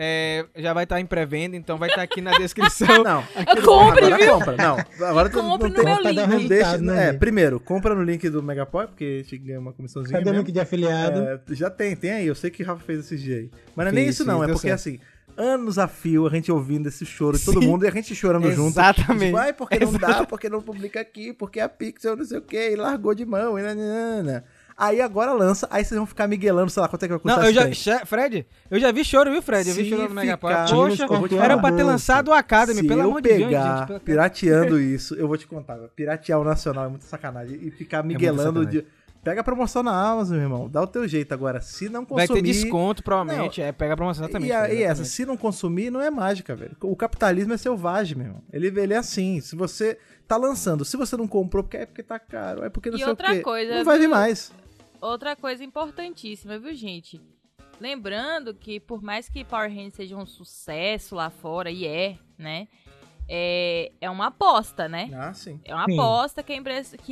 já vai estar em pré-venda, então vai estar aqui na descrição. Não. Compre, Agora viu? compra. Não, agora tu Compre não no tem... meu link. Não deixa, né? primeiro, compra no link do Megapoy, porque a gente ganha uma comissãozinha Cadê o mesmo. link de afiliado? Já tem aí. Eu sei que o Rafa fez esse dia aí. Mas não é nem Fiz, isso não, é deu porque certo. assim, anos a fio a gente ouvindo esse choro de todo mundo e a gente chorando junto. Exatamente. Vai, porque não dá, porque não publica aqui, porque a Pixel não sei o que, e largou de mão, e nanana. Aí agora lança, aí vocês vão ficar miguelando, sei lá, quanto é que vai custar Não, esse trem. Fred, eu já vi choro, viu, Fred? Eu vi Se choro no Megapoy. ficar- Poxa, eu vou te era falar, pra ter lançado o Academy, Se pelo eu amor de Deus, pegar gente. pirateando isso, eu vou te contar, piratear o Nacional é muita sacanagem. E ficar miguelando sacanagem. Pega a promoção na Amazon, meu irmão. Dá o teu jeito agora. Se não consumir... Vai ter desconto, provavelmente. Pega a promoção exatamente. E essa, exatamente. se não consumir, não é mágica, velho. O capitalismo é selvagem, meu irmão. Ele é assim. Se você tá lançando, se você não comprou, é porque tá caro, é porque não E sei o outra quê. coisa, não vai vir viu? mais. Outra coisa importantíssima, viu, gente? Lembrando que por mais que Power Rangers seja um sucesso lá fora, e né? É uma aposta, né? Ah, sim. É uma Sim. aposta que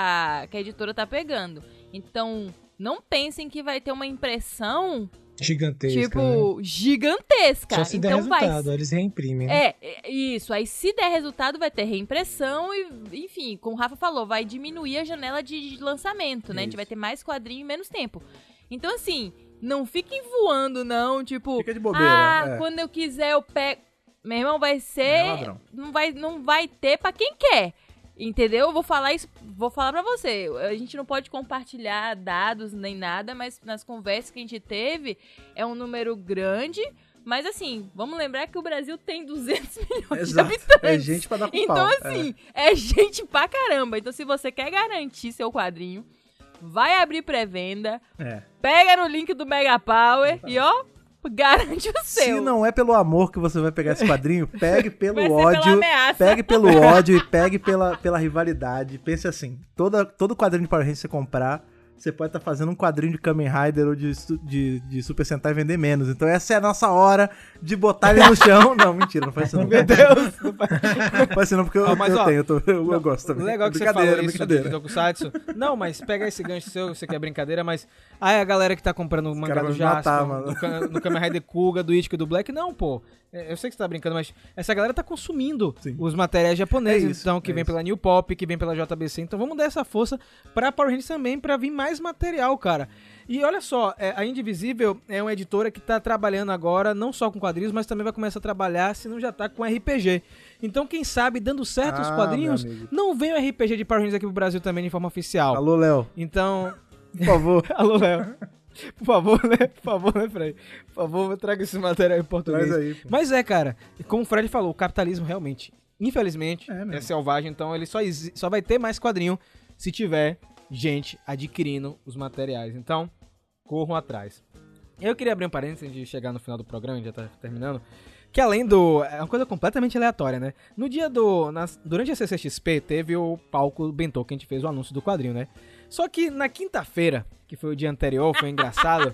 a editora tá pegando. Então, não pensem que vai ter uma impressão, Gigantesca. né? tipo, gigantesca. Só se der então resultado, eles reimprimem. Né? Isso. Aí, se der resultado, vai ter reimpressão e, enfim, como o Rafa falou, vai diminuir a janela de lançamento, né? A gente Isso. vai ter mais quadrinho em menos tempo. Então, assim, não fiquem voando, não. Tipo, Fica de bobeira. quando eu quiser eu pego. Meu irmão, vai É ser. ladrão. Não vai ter pra quem quer. Entendeu? Eu vou falar pra você. A gente não pode compartilhar dados nem nada, mas nas conversas que a gente teve, é um número grande. Mas assim, vamos lembrar que o Brasil tem 200 milhões de Exato. habitantes. É gente pra dar com Então, pau. assim, é gente pra caramba. Então, se você quer garantir seu quadrinho, vai abrir pré-venda, pega no link do Mega Power e, ó, garante o seu. Se não é pelo amor que você vai pegar esse quadrinho, pegue pelo Vai ser pela ódio. ameaça. Pegue pelo ódio e pegue pela rivalidade. Pense assim, todo quadrinho de Power Rangers que você comprar, você pode estar fazendo um quadrinho de Kamen Rider ou de Super Sentai e vender menos. Então essa é a nossa hora de botar ele no chão. Não, mentira, não faz isso não. Meu Deus! Não faz isso não, porque eu gosto também. Legal que você falou isso de Tokusatsu. Não, mas pega esse gancho seu, você quer brincadeira, mas aí a galera que tá comprando o mangá caras do vão me matar, Jasper, mano. do Kamen Rider Kuga, do Ichigo e do Black, não, pô. Eu sei que você tá brincando, mas essa galera tá consumindo Sim. os materiais japoneses, É isso, então, que vem pela New Pop, que vem pela JBC. Então vamos dar essa força pra Power Rangers também, pra vir mais material, cara. E olha só, a Indivisível é uma editora que tá trabalhando agora, não só com quadrinhos, mas também vai começar a trabalhar, se não já tá, com RPG. Então, quem sabe, dando certo os quadrinhos, meu amigo. não vem o RPG de Power Rangers aqui pro Brasil também de forma oficial. Alô, Léo, Então, por favor. alô, Léo. Por favor, né, Fred? Por favor, traga esse material em português. Traz aí, pô. Mas cara, como o Fred falou, o capitalismo realmente, infelizmente, É mesmo. é selvagem, então ele só vai ter mais quadrinho se tiver gente adquirindo os materiais. Então, corram atrás. Eu queria abrir um parênteses antes de chegar no final do programa, a gente já tá terminando, que além do... É uma coisa completamente aleatória, né? No dia durante a CCXP, teve o palco Bentô, que a gente fez o anúncio do quadrinho, né? Só que na quinta-feira, que foi o dia anterior, foi engraçado,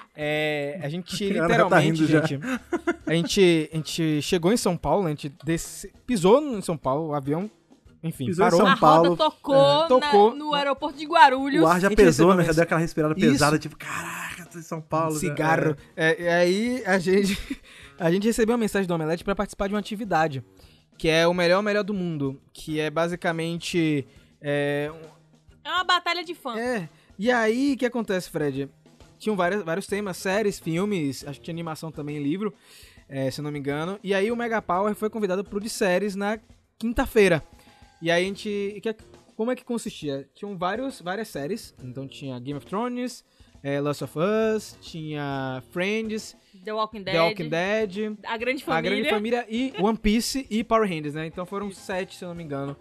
a gente Ela tá literalmente, rindo já. gente, a gente chegou em São Paulo, a gente pisou em São Paulo, o avião, enfim, Pisou em parou. São A Paulo, roda tocou, tocou. no aeroporto de Guarulhos. O ar já A gente pesou, recebeu né? Já mens- deu aquela respirada Isso. pesada, tipo, caraca, tô em São Paulo. né? Cigarro. E aí a gente recebeu uma mensagem do Omelete pra participar de uma atividade, que é o melhor do mundo, que é basicamente... É uma batalha de fã. E aí, o que acontece, Fred? Tinham vários temas, séries, filmes, acho que tinha animação também, livro, se eu não me engano. E aí o Mega Power foi convidado pro de séries na quinta-feira. E aí a gente... Como é que consistia? Tinham várias séries, então tinha Game of Thrones, Last of Us, tinha Friends, The Walking Dead. The Walking Dead, A Grande A Família. Grande Família e One Piece e Power Rangers, né? Então foram 7, se eu não me engano,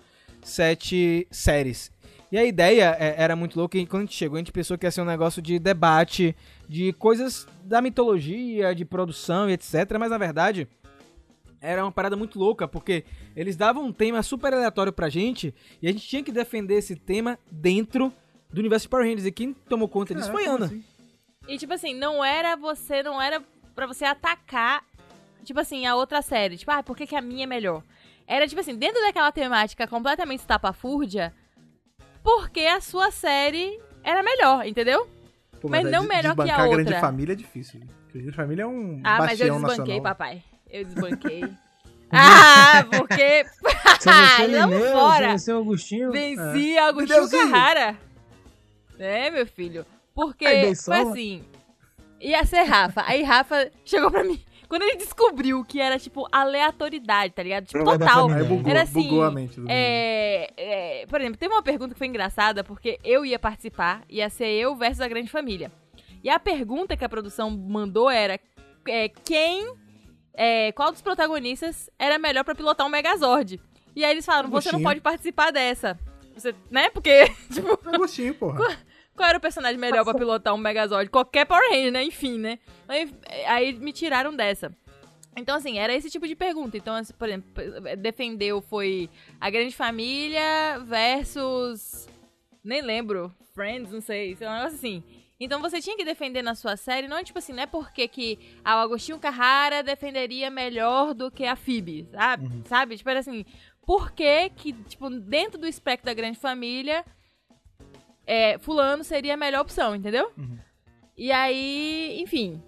7 séries. E a ideia era muito louca, e quando a gente chegou, a gente pensou que ia ser um negócio de debate, de coisas da mitologia, de produção e etc. Mas, na verdade, era uma parada muito louca, porque eles davam um tema super aleatório pra gente, e a gente tinha que defender esse tema dentro do universo de Power Rangers, e quem tomou conta disso foi Ana. Assim? E tipo assim, não era pra você atacar, tipo assim, a outra série. Tipo, por que a minha é melhor? Era tipo assim, dentro daquela temática completamente estapafúrdia, porque a sua série era melhor, entendeu? Pô, mas não melhor que a outra. A Grande Família é difícil. A Grande Família é um bastião nacional. Mas eu desbanquei, papai. Eu desbanquei. Porque... Vamos fora. Seu Agostinho. Venci Agostinho Carrara. Meu filho. Porque foi assim... Ia ser Rafa. Aí Rafa chegou pra mim. Quando ele descobriu que era, tipo, aleatoriedade, tá ligado? Tipo, total. Era assim... Bugou a mente do por exemplo, teve uma pergunta que foi engraçada, porque eu ia participar, ia ser eu versus a Grande Família. E a pergunta que a produção mandou era... qual dos protagonistas era melhor pra pilotar um Megazord? E aí eles falaram, você não pode participar dessa. Você, né? Porque, tipo... Agostinho, porra. Qual era o personagem melhor pra pilotar um Megazord? Qualquer Power Ranger, né? Enfim, né? Aí me tiraram dessa. Então, assim, era esse tipo de pergunta. Então, assim, por exemplo, defendeu foi a Grande Família versus... Nem lembro. Friends, não sei. Um negócio assim. Então, você tinha que defender na sua série, não é tipo assim, não é porque que o Agostinho Carrara defenderia melhor do que a Phoebe, sabe? Uhum. Sabe? Tipo, era assim, por que que, tipo, dentro do espectro da Grande Família... fulano seria a melhor opção, entendeu? Uhum. E aí, enfim,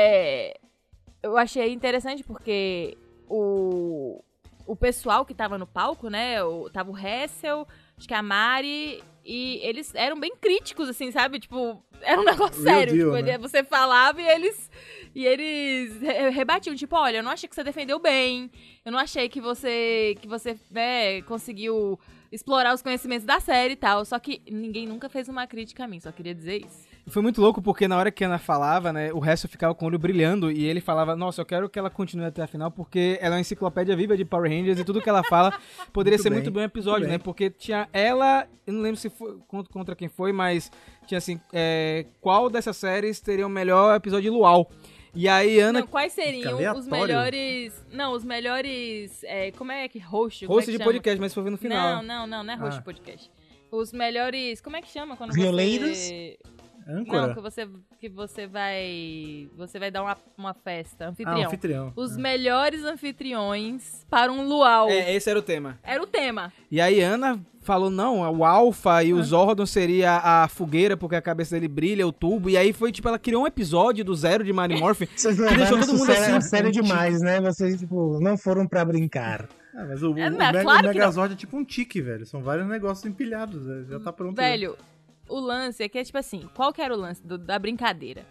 eu achei interessante porque o pessoal que tava no palco, né, tava o Hessel, acho que a Mari, e eles eram bem críticos, assim, sabe? Tipo, era um negócio sério. Deal, tipo, né? Você falava e eles rebatiam, tipo, olha, eu não achei que você defendeu bem, eu não achei que você né, conseguiu... explorar os conhecimentos da série e tal. Só que ninguém nunca fez uma crítica a mim, só queria dizer isso. Foi muito louco porque na hora que a Ana falava, né, o resto ficava com o olho brilhando e ele falava, nossa, eu quero que ela continue até a final porque ela é uma enciclopédia viva de Power Rangers e tudo que ela fala poderia ser muito bem um episódio, né? Porque tinha ela, eu não lembro se foi contra quem foi, mas tinha assim, qual dessas séries teria o melhor episódio de Luau? E aí, Ana... Não, quais seriam os melhores... Não, os melhores... como é que... Host de podcast, mas foi no final. Não é host de podcast. Os melhores... Como é que chama quando Violeiros? você... Âncora? Não, que você vai... Você vai dar uma festa. Anfitrião. Anfitrião. Os melhores anfitriões para um luau. Esse era o tema. Era o tema. E aí, Ana falou, não, o Alpha e o Zordon seria a fogueira, porque a cabeça dele brilha, o tubo. E aí foi, tipo, ela criou um episódio do Zero de Mighty Morphin que deixou todo mundo assim... sério demais, né? Vocês, tipo, não foram pra brincar. Mas o claro Megazord é tipo um tique, velho. São vários negócios empilhados, já tá pronto. Velho, o lance é que, tipo assim, qual que era o lance da brincadeira?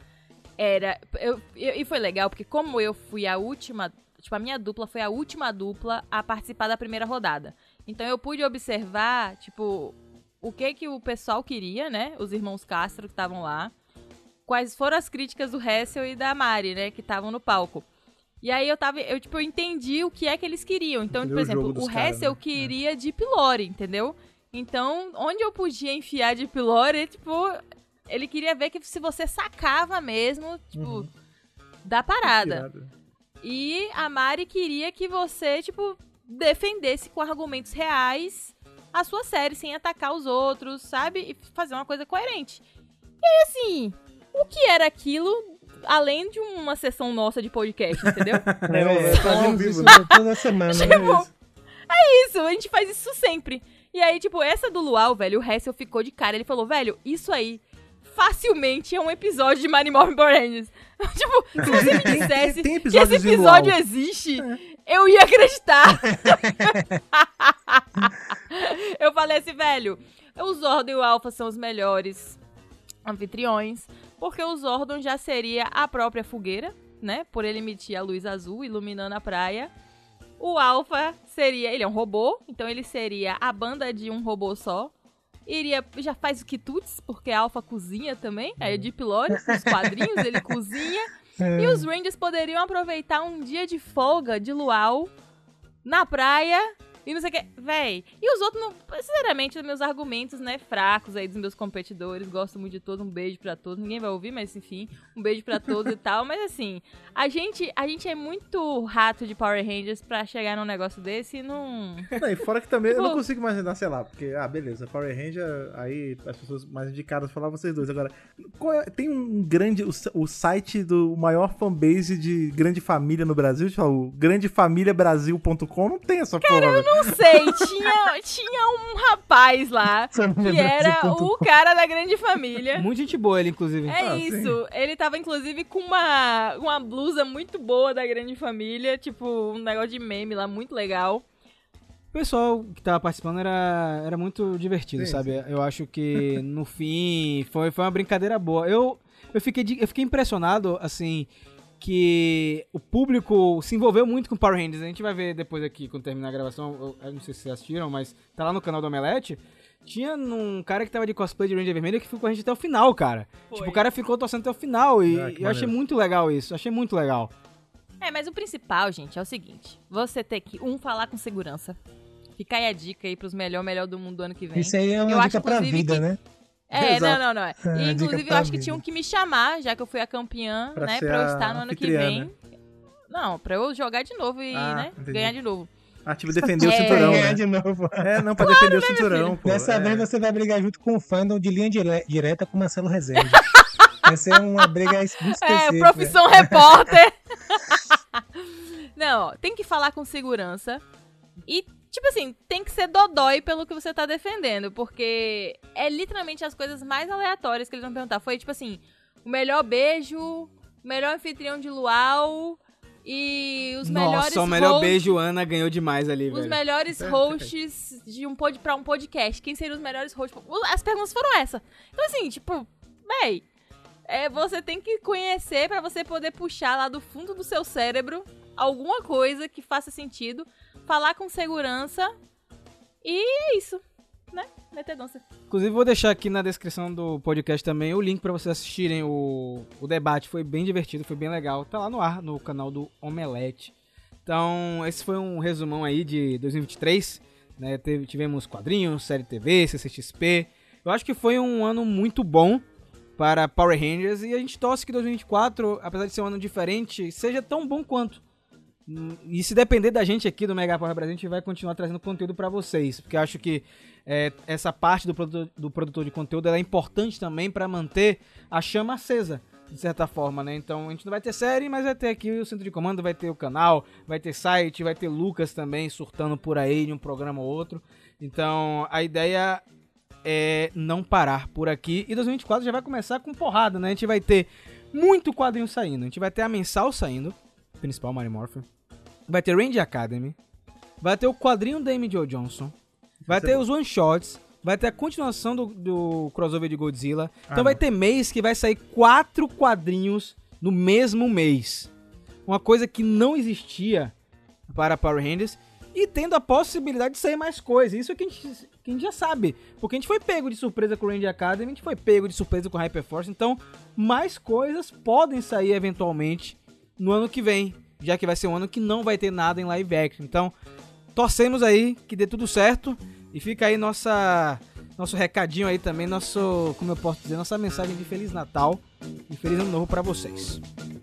E foi legal, porque como eu fui a última... Tipo, a minha dupla foi a última dupla a participar da primeira rodada. Então eu pude observar, tipo, o que o pessoal queria, né? Os irmãos Castro que estavam lá. Quais foram as críticas do Hessel e da Mari, né? Que estavam no palco. E aí eu entendi o que é que eles queriam. Então, por exemplo, o Hessel queria Deep Lore, entendeu? Então, onde eu podia enfiar Deep Lore, tipo, ele queria ver que se você sacava mesmo, tipo, da parada. E a Mari queria que você, tipo, defendesse com argumentos reais a sua série, sem atacar os outros, sabe? E fazer uma coisa coerente. E aí, assim, o que era aquilo, além de uma sessão nossa de podcast, entendeu? Fazemos isso toda semana, tipo, é isso, a gente faz isso sempre. E aí, tipo, essa do Luau, velho, o Hessel ficou de cara. Ele falou, velho, isso aí facilmente é um episódio de Mighty Morphin Power Rangers. Tipo, se você me dissesse que esse episódio existe, eu ia acreditar. Eu falei assim, velho, o Zordon e o Alpha são os melhores anfitriões, porque o Zordon já seria a própria fogueira, né? Por ele emitir a luz azul, iluminando a praia. O Alpha seria... Ele é um robô, então ele seria a banda de um robô só. Já faz o quitutes, porque a Alpha cozinha também. Aí é Deep Lore, os quadrinhos, ele cozinha. E os Rangers poderiam aproveitar um dia de folga de luau na praia e não sei o que. Véi, e os outros, não, sinceramente, os meus argumentos, né, fracos aí dos meus competidores, gosto muito de todos, um beijo pra todos, ninguém vai ouvir, mas enfim, um beijo pra todos e tal, mas assim, a gente é muito rato de Power Rangers pra chegar num negócio desse e não... Não, e fora que também Tipo, eu não consigo imaginar, sei lá, porque, beleza, Power Ranger, aí as pessoas mais indicadas falar vocês dois. Agora, tem um grande, o site do maior fanbase de Grande Família no Brasil, tipo, o grandefamiliabrasil.com, não tem essa porra. eu não sei, tinha um rapaz lá, que era o cara da Grande Família. Muita gente boa ele, inclusive. É isso, sim. Ele tava inclusive com uma blusa muito boa da Grande Família, tipo um negócio de meme lá, muito legal. O pessoal que tava participando era muito divertido, sim, sabe? Sim. Eu acho que no fim foi uma brincadeira boa. Eu fiquei impressionado, assim, que o público se envolveu muito com Power Rangers. A gente vai ver depois aqui, quando terminar a gravação, eu não sei se vocês assistiram, mas tá lá no canal do Omelete. Tinha um cara que tava de cosplay de Ranger Vermelho que ficou com a gente até o final, cara. Foi. Tipo, o cara ficou torcendo até o final e eu achei muito legal isso, achei muito legal. Mas o principal, gente, é o seguinte, você ter que, falar com segurança. Fica aí a dica aí pros melhor do mundo do ano que vem. Isso aí é uma dica pra vida, né? Não. E, inclusive, eu acho que tinham que me chamar, já que eu fui a campeã, pra eu estar no ano que vem. Né? Não, pra eu jogar de novo e, ganhar de novo. Tipo, defender o cinturão, né? De novo. Pra defender o cinturão, pô. Dessa vez você vai brigar junto com o fandom de linha direta com o Marcelo Rezende. Vai ser uma briga muito específica. Profissão repórter. Não, tem que falar com segurança e, tipo assim, tem que ser dodói pelo que você tá defendendo, porque é literalmente as coisas mais aleatórias que eles vão perguntar. Foi, tipo assim, o melhor beijo, o melhor anfitrião de luau e os melhores hosts... Nossa, o melhor beijo, Ana ganhou demais ali, velho. Os melhores hosts pra um podcast. Quem seriam os melhores hosts? As perguntas foram essa. Então, assim, tipo, véi, você tem que conhecer pra você poder puxar lá do fundo do seu cérebro alguma coisa que faça sentido, falar com segurança e é isso, né? Meter dança. Inclusive, vou deixar aqui na descrição do podcast também o link pra vocês assistirem o debate. Foi bem divertido, foi bem legal. Tá lá no ar, no canal do Omelete. Então, esse foi um resumão aí de 2023. Né? Tivemos quadrinhos, série TV, CCXP. Eu acho que foi um ano muito bom para Power Rangers. E a gente torce que 2024, apesar de ser um ano diferente, seja tão bom quanto. E se depender da gente aqui do Mega Power Brasil, a gente vai continuar trazendo conteúdo pra vocês, porque eu acho que essa parte do produtor de conteúdo ela é importante também pra manter a chama acesa, de certa forma, né? Então a gente não vai ter série, mas vai ter aqui o centro de comando, vai ter o canal, vai ter site, vai ter Lucas também surtando por aí de um programa ou outro. Então a ideia é não parar por aqui, e 2024 já vai começar com porrada, né? A gente vai ter muito quadrinho saindo, a gente vai ter a mensal saindo, principal Mighty Morphin. Vai ter Ranger Academy. Vai ter o quadrinho da Amy Jo Johnson. Vai ter os one-shots. Vai ter a continuação do crossover de Godzilla. Então vai ter mês que vai sair 4 quadrinhos no mesmo mês. Uma coisa que não existia para Power Rangers. E tendo a possibilidade de sair mais coisas. Isso é que a gente já sabe. Porque a gente foi pego de surpresa com o Ranger Academy. A gente foi pego de surpresa com o Hyperforce. Então mais coisas podem sair eventualmente no ano que vem, já que vai ser um ano que não vai ter nada em live action. Então, torcemos aí que dê tudo certo e fica aí nosso recadinho aí também, como eu posso dizer, nossa mensagem de Feliz Natal e Feliz Ano Novo pra vocês.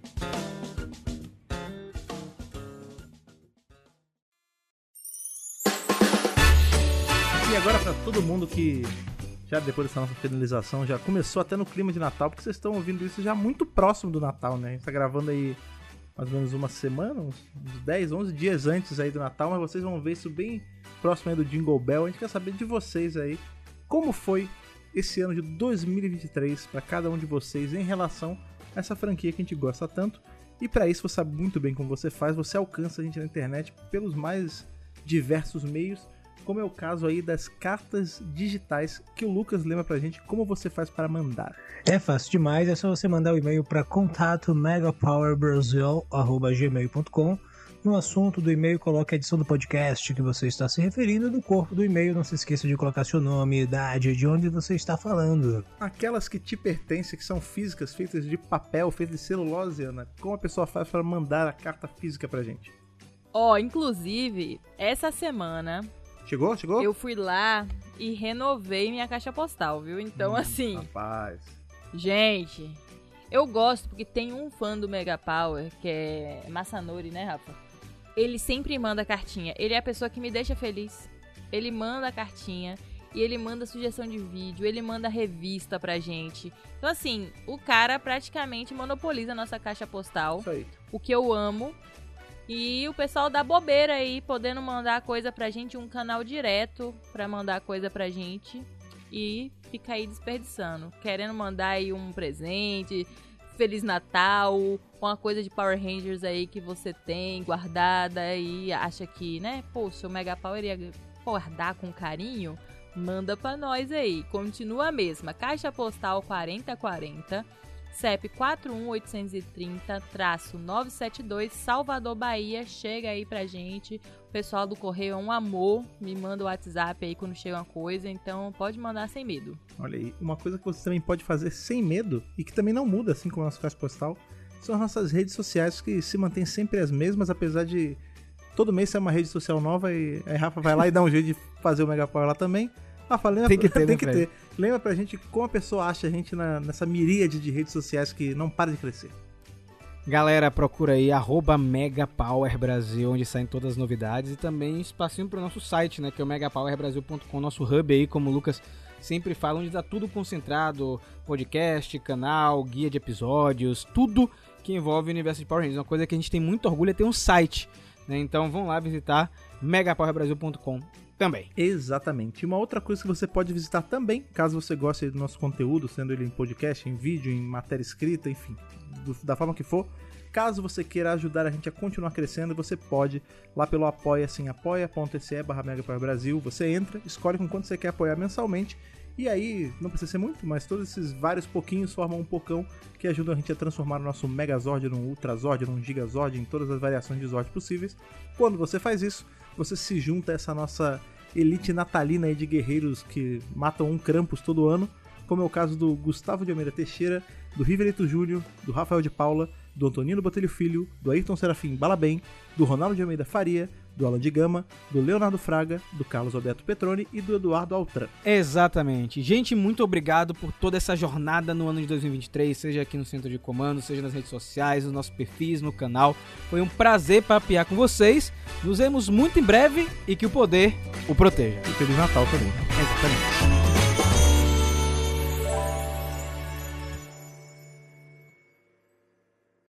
E agora pra todo mundo que já depois dessa nossa finalização já começou até no clima de Natal, porque vocês estão ouvindo isso já muito próximo do Natal, né? A gente tá gravando aí mais ou menos uma semana, uns 10, 11 dias antes aí do Natal, mas vocês vão ver isso bem próximo aí do Jingle Bell. A gente quer saber de vocês aí, como foi esse ano de 2023 para cada um de vocês em relação a essa franquia que a gente gosta tanto. E para isso você sabe muito bem como você faz, você alcança a gente na internet pelos mais diversos meios, como é o caso aí das cartas digitais que o Lucas lembra pra gente como você faz para mandar. É fácil demais, é só você mandar o e-mail para contato@megapowerbrasil@gmail.com. No assunto do e-mail, coloque a edição do podcast que você está se referindo. No corpo do e-mail, não se esqueça de colocar seu nome, idade, de onde você está falando. Aquelas que te pertencem, que são físicas, feitas de papel, feitas de celulose, Ana. Como a pessoa faz para mandar a carta física pra gente? Inclusive, essa semana... Chegou? Eu fui lá e renovei minha caixa postal, viu? Então, assim... Rapaz... Gente, eu gosto porque tem um fã do Mega Power, que é Massanori, né, Rafa? Ele sempre manda cartinha. Ele é a pessoa que me deixa feliz. Ele manda a cartinha e ele manda sugestão de vídeo, ele manda revista pra gente. Então, assim, o cara praticamente monopoliza a nossa caixa postal. Isso aí. O que eu amo. E o pessoal dá bobeira aí, podendo mandar coisa pra gente, um canal direto pra mandar coisa pra gente. E fica aí desperdiçando, querendo mandar aí um presente, Feliz Natal, uma coisa de Power Rangers aí que você tem guardada e acha que, né, poxa, o Mega Power ia guardar com carinho, manda pra nós aí. Continua a mesma, Caixa Postal 4040, CEP 41830-972, Salvador, Bahia. Chega aí pra gente. O pessoal do Correio é um amor. Me manda o WhatsApp aí quando chega uma coisa. Então pode mandar sem medo. Olha aí, uma coisa que você também pode fazer sem medo e que também não muda, assim como a nossa caixa postal, são as nossas redes sociais, que se mantêm sempre as mesmas, apesar de todo mês ser uma rede social nova. E aí Rafa vai lá e dá um jeito de fazer o Mega Power lá também. Rafa, lembra, tem que ter. Lembra pra gente como a pessoa acha a gente nessa miríade de redes sociais que não para de crescer. Galera, procura aí @MegaPowerBrasil, onde saem todas as novidades, e também espacinho pro nosso site, né, que é o megapowerbrasil.com, nosso hub aí, como o Lucas sempre fala, onde tá tudo concentrado, podcast, canal, guia de episódios, tudo que envolve o universo de Power Rangers. Uma coisa que a gente tem muito orgulho é ter um site, né, então vão lá visitar megapowerbrasil.com. Também. Exatamente. E uma outra coisa que você pode visitar também, caso você goste do nosso conteúdo, sendo ele em podcast, em vídeo, em matéria escrita, enfim, da forma que for, caso você queira ajudar a gente a continuar crescendo, você pode lá pelo Apoia-se em apoia.se/megapowerbrasil. Você entra, escolhe com quanto você quer apoiar mensalmente, e aí, não precisa ser muito, mas todos esses vários pouquinhos formam um pocão que ajudam a gente a transformar o nosso Megazord num Ultrazord, num Gigazord, em todas as variações de Zord possíveis. Quando você faz isso, você se junta a essa nossa elite natalina aí de guerreiros que matam um Krampus todo ano, como é o caso do Gustavo de Almeida Teixeira, do Riverito Júnior, do Rafael de Paula, do Antonino Botelho Filho, do Ayrton Serafim Balabem, do Ronaldo de Almeida Faria, do Alan de Gama, do Leonardo Fraga, do Carlos Alberto Petroni e do Eduardo Altran. Exatamente. Gente, muito obrigado por toda essa jornada no ano de 2023, seja aqui no Centro de Comando, seja nas redes sociais, nos nossos perfis, no canal. Foi um prazer papear com vocês. Nos vemos muito em breve e que o poder o proteja. E Feliz Natal também. Exatamente.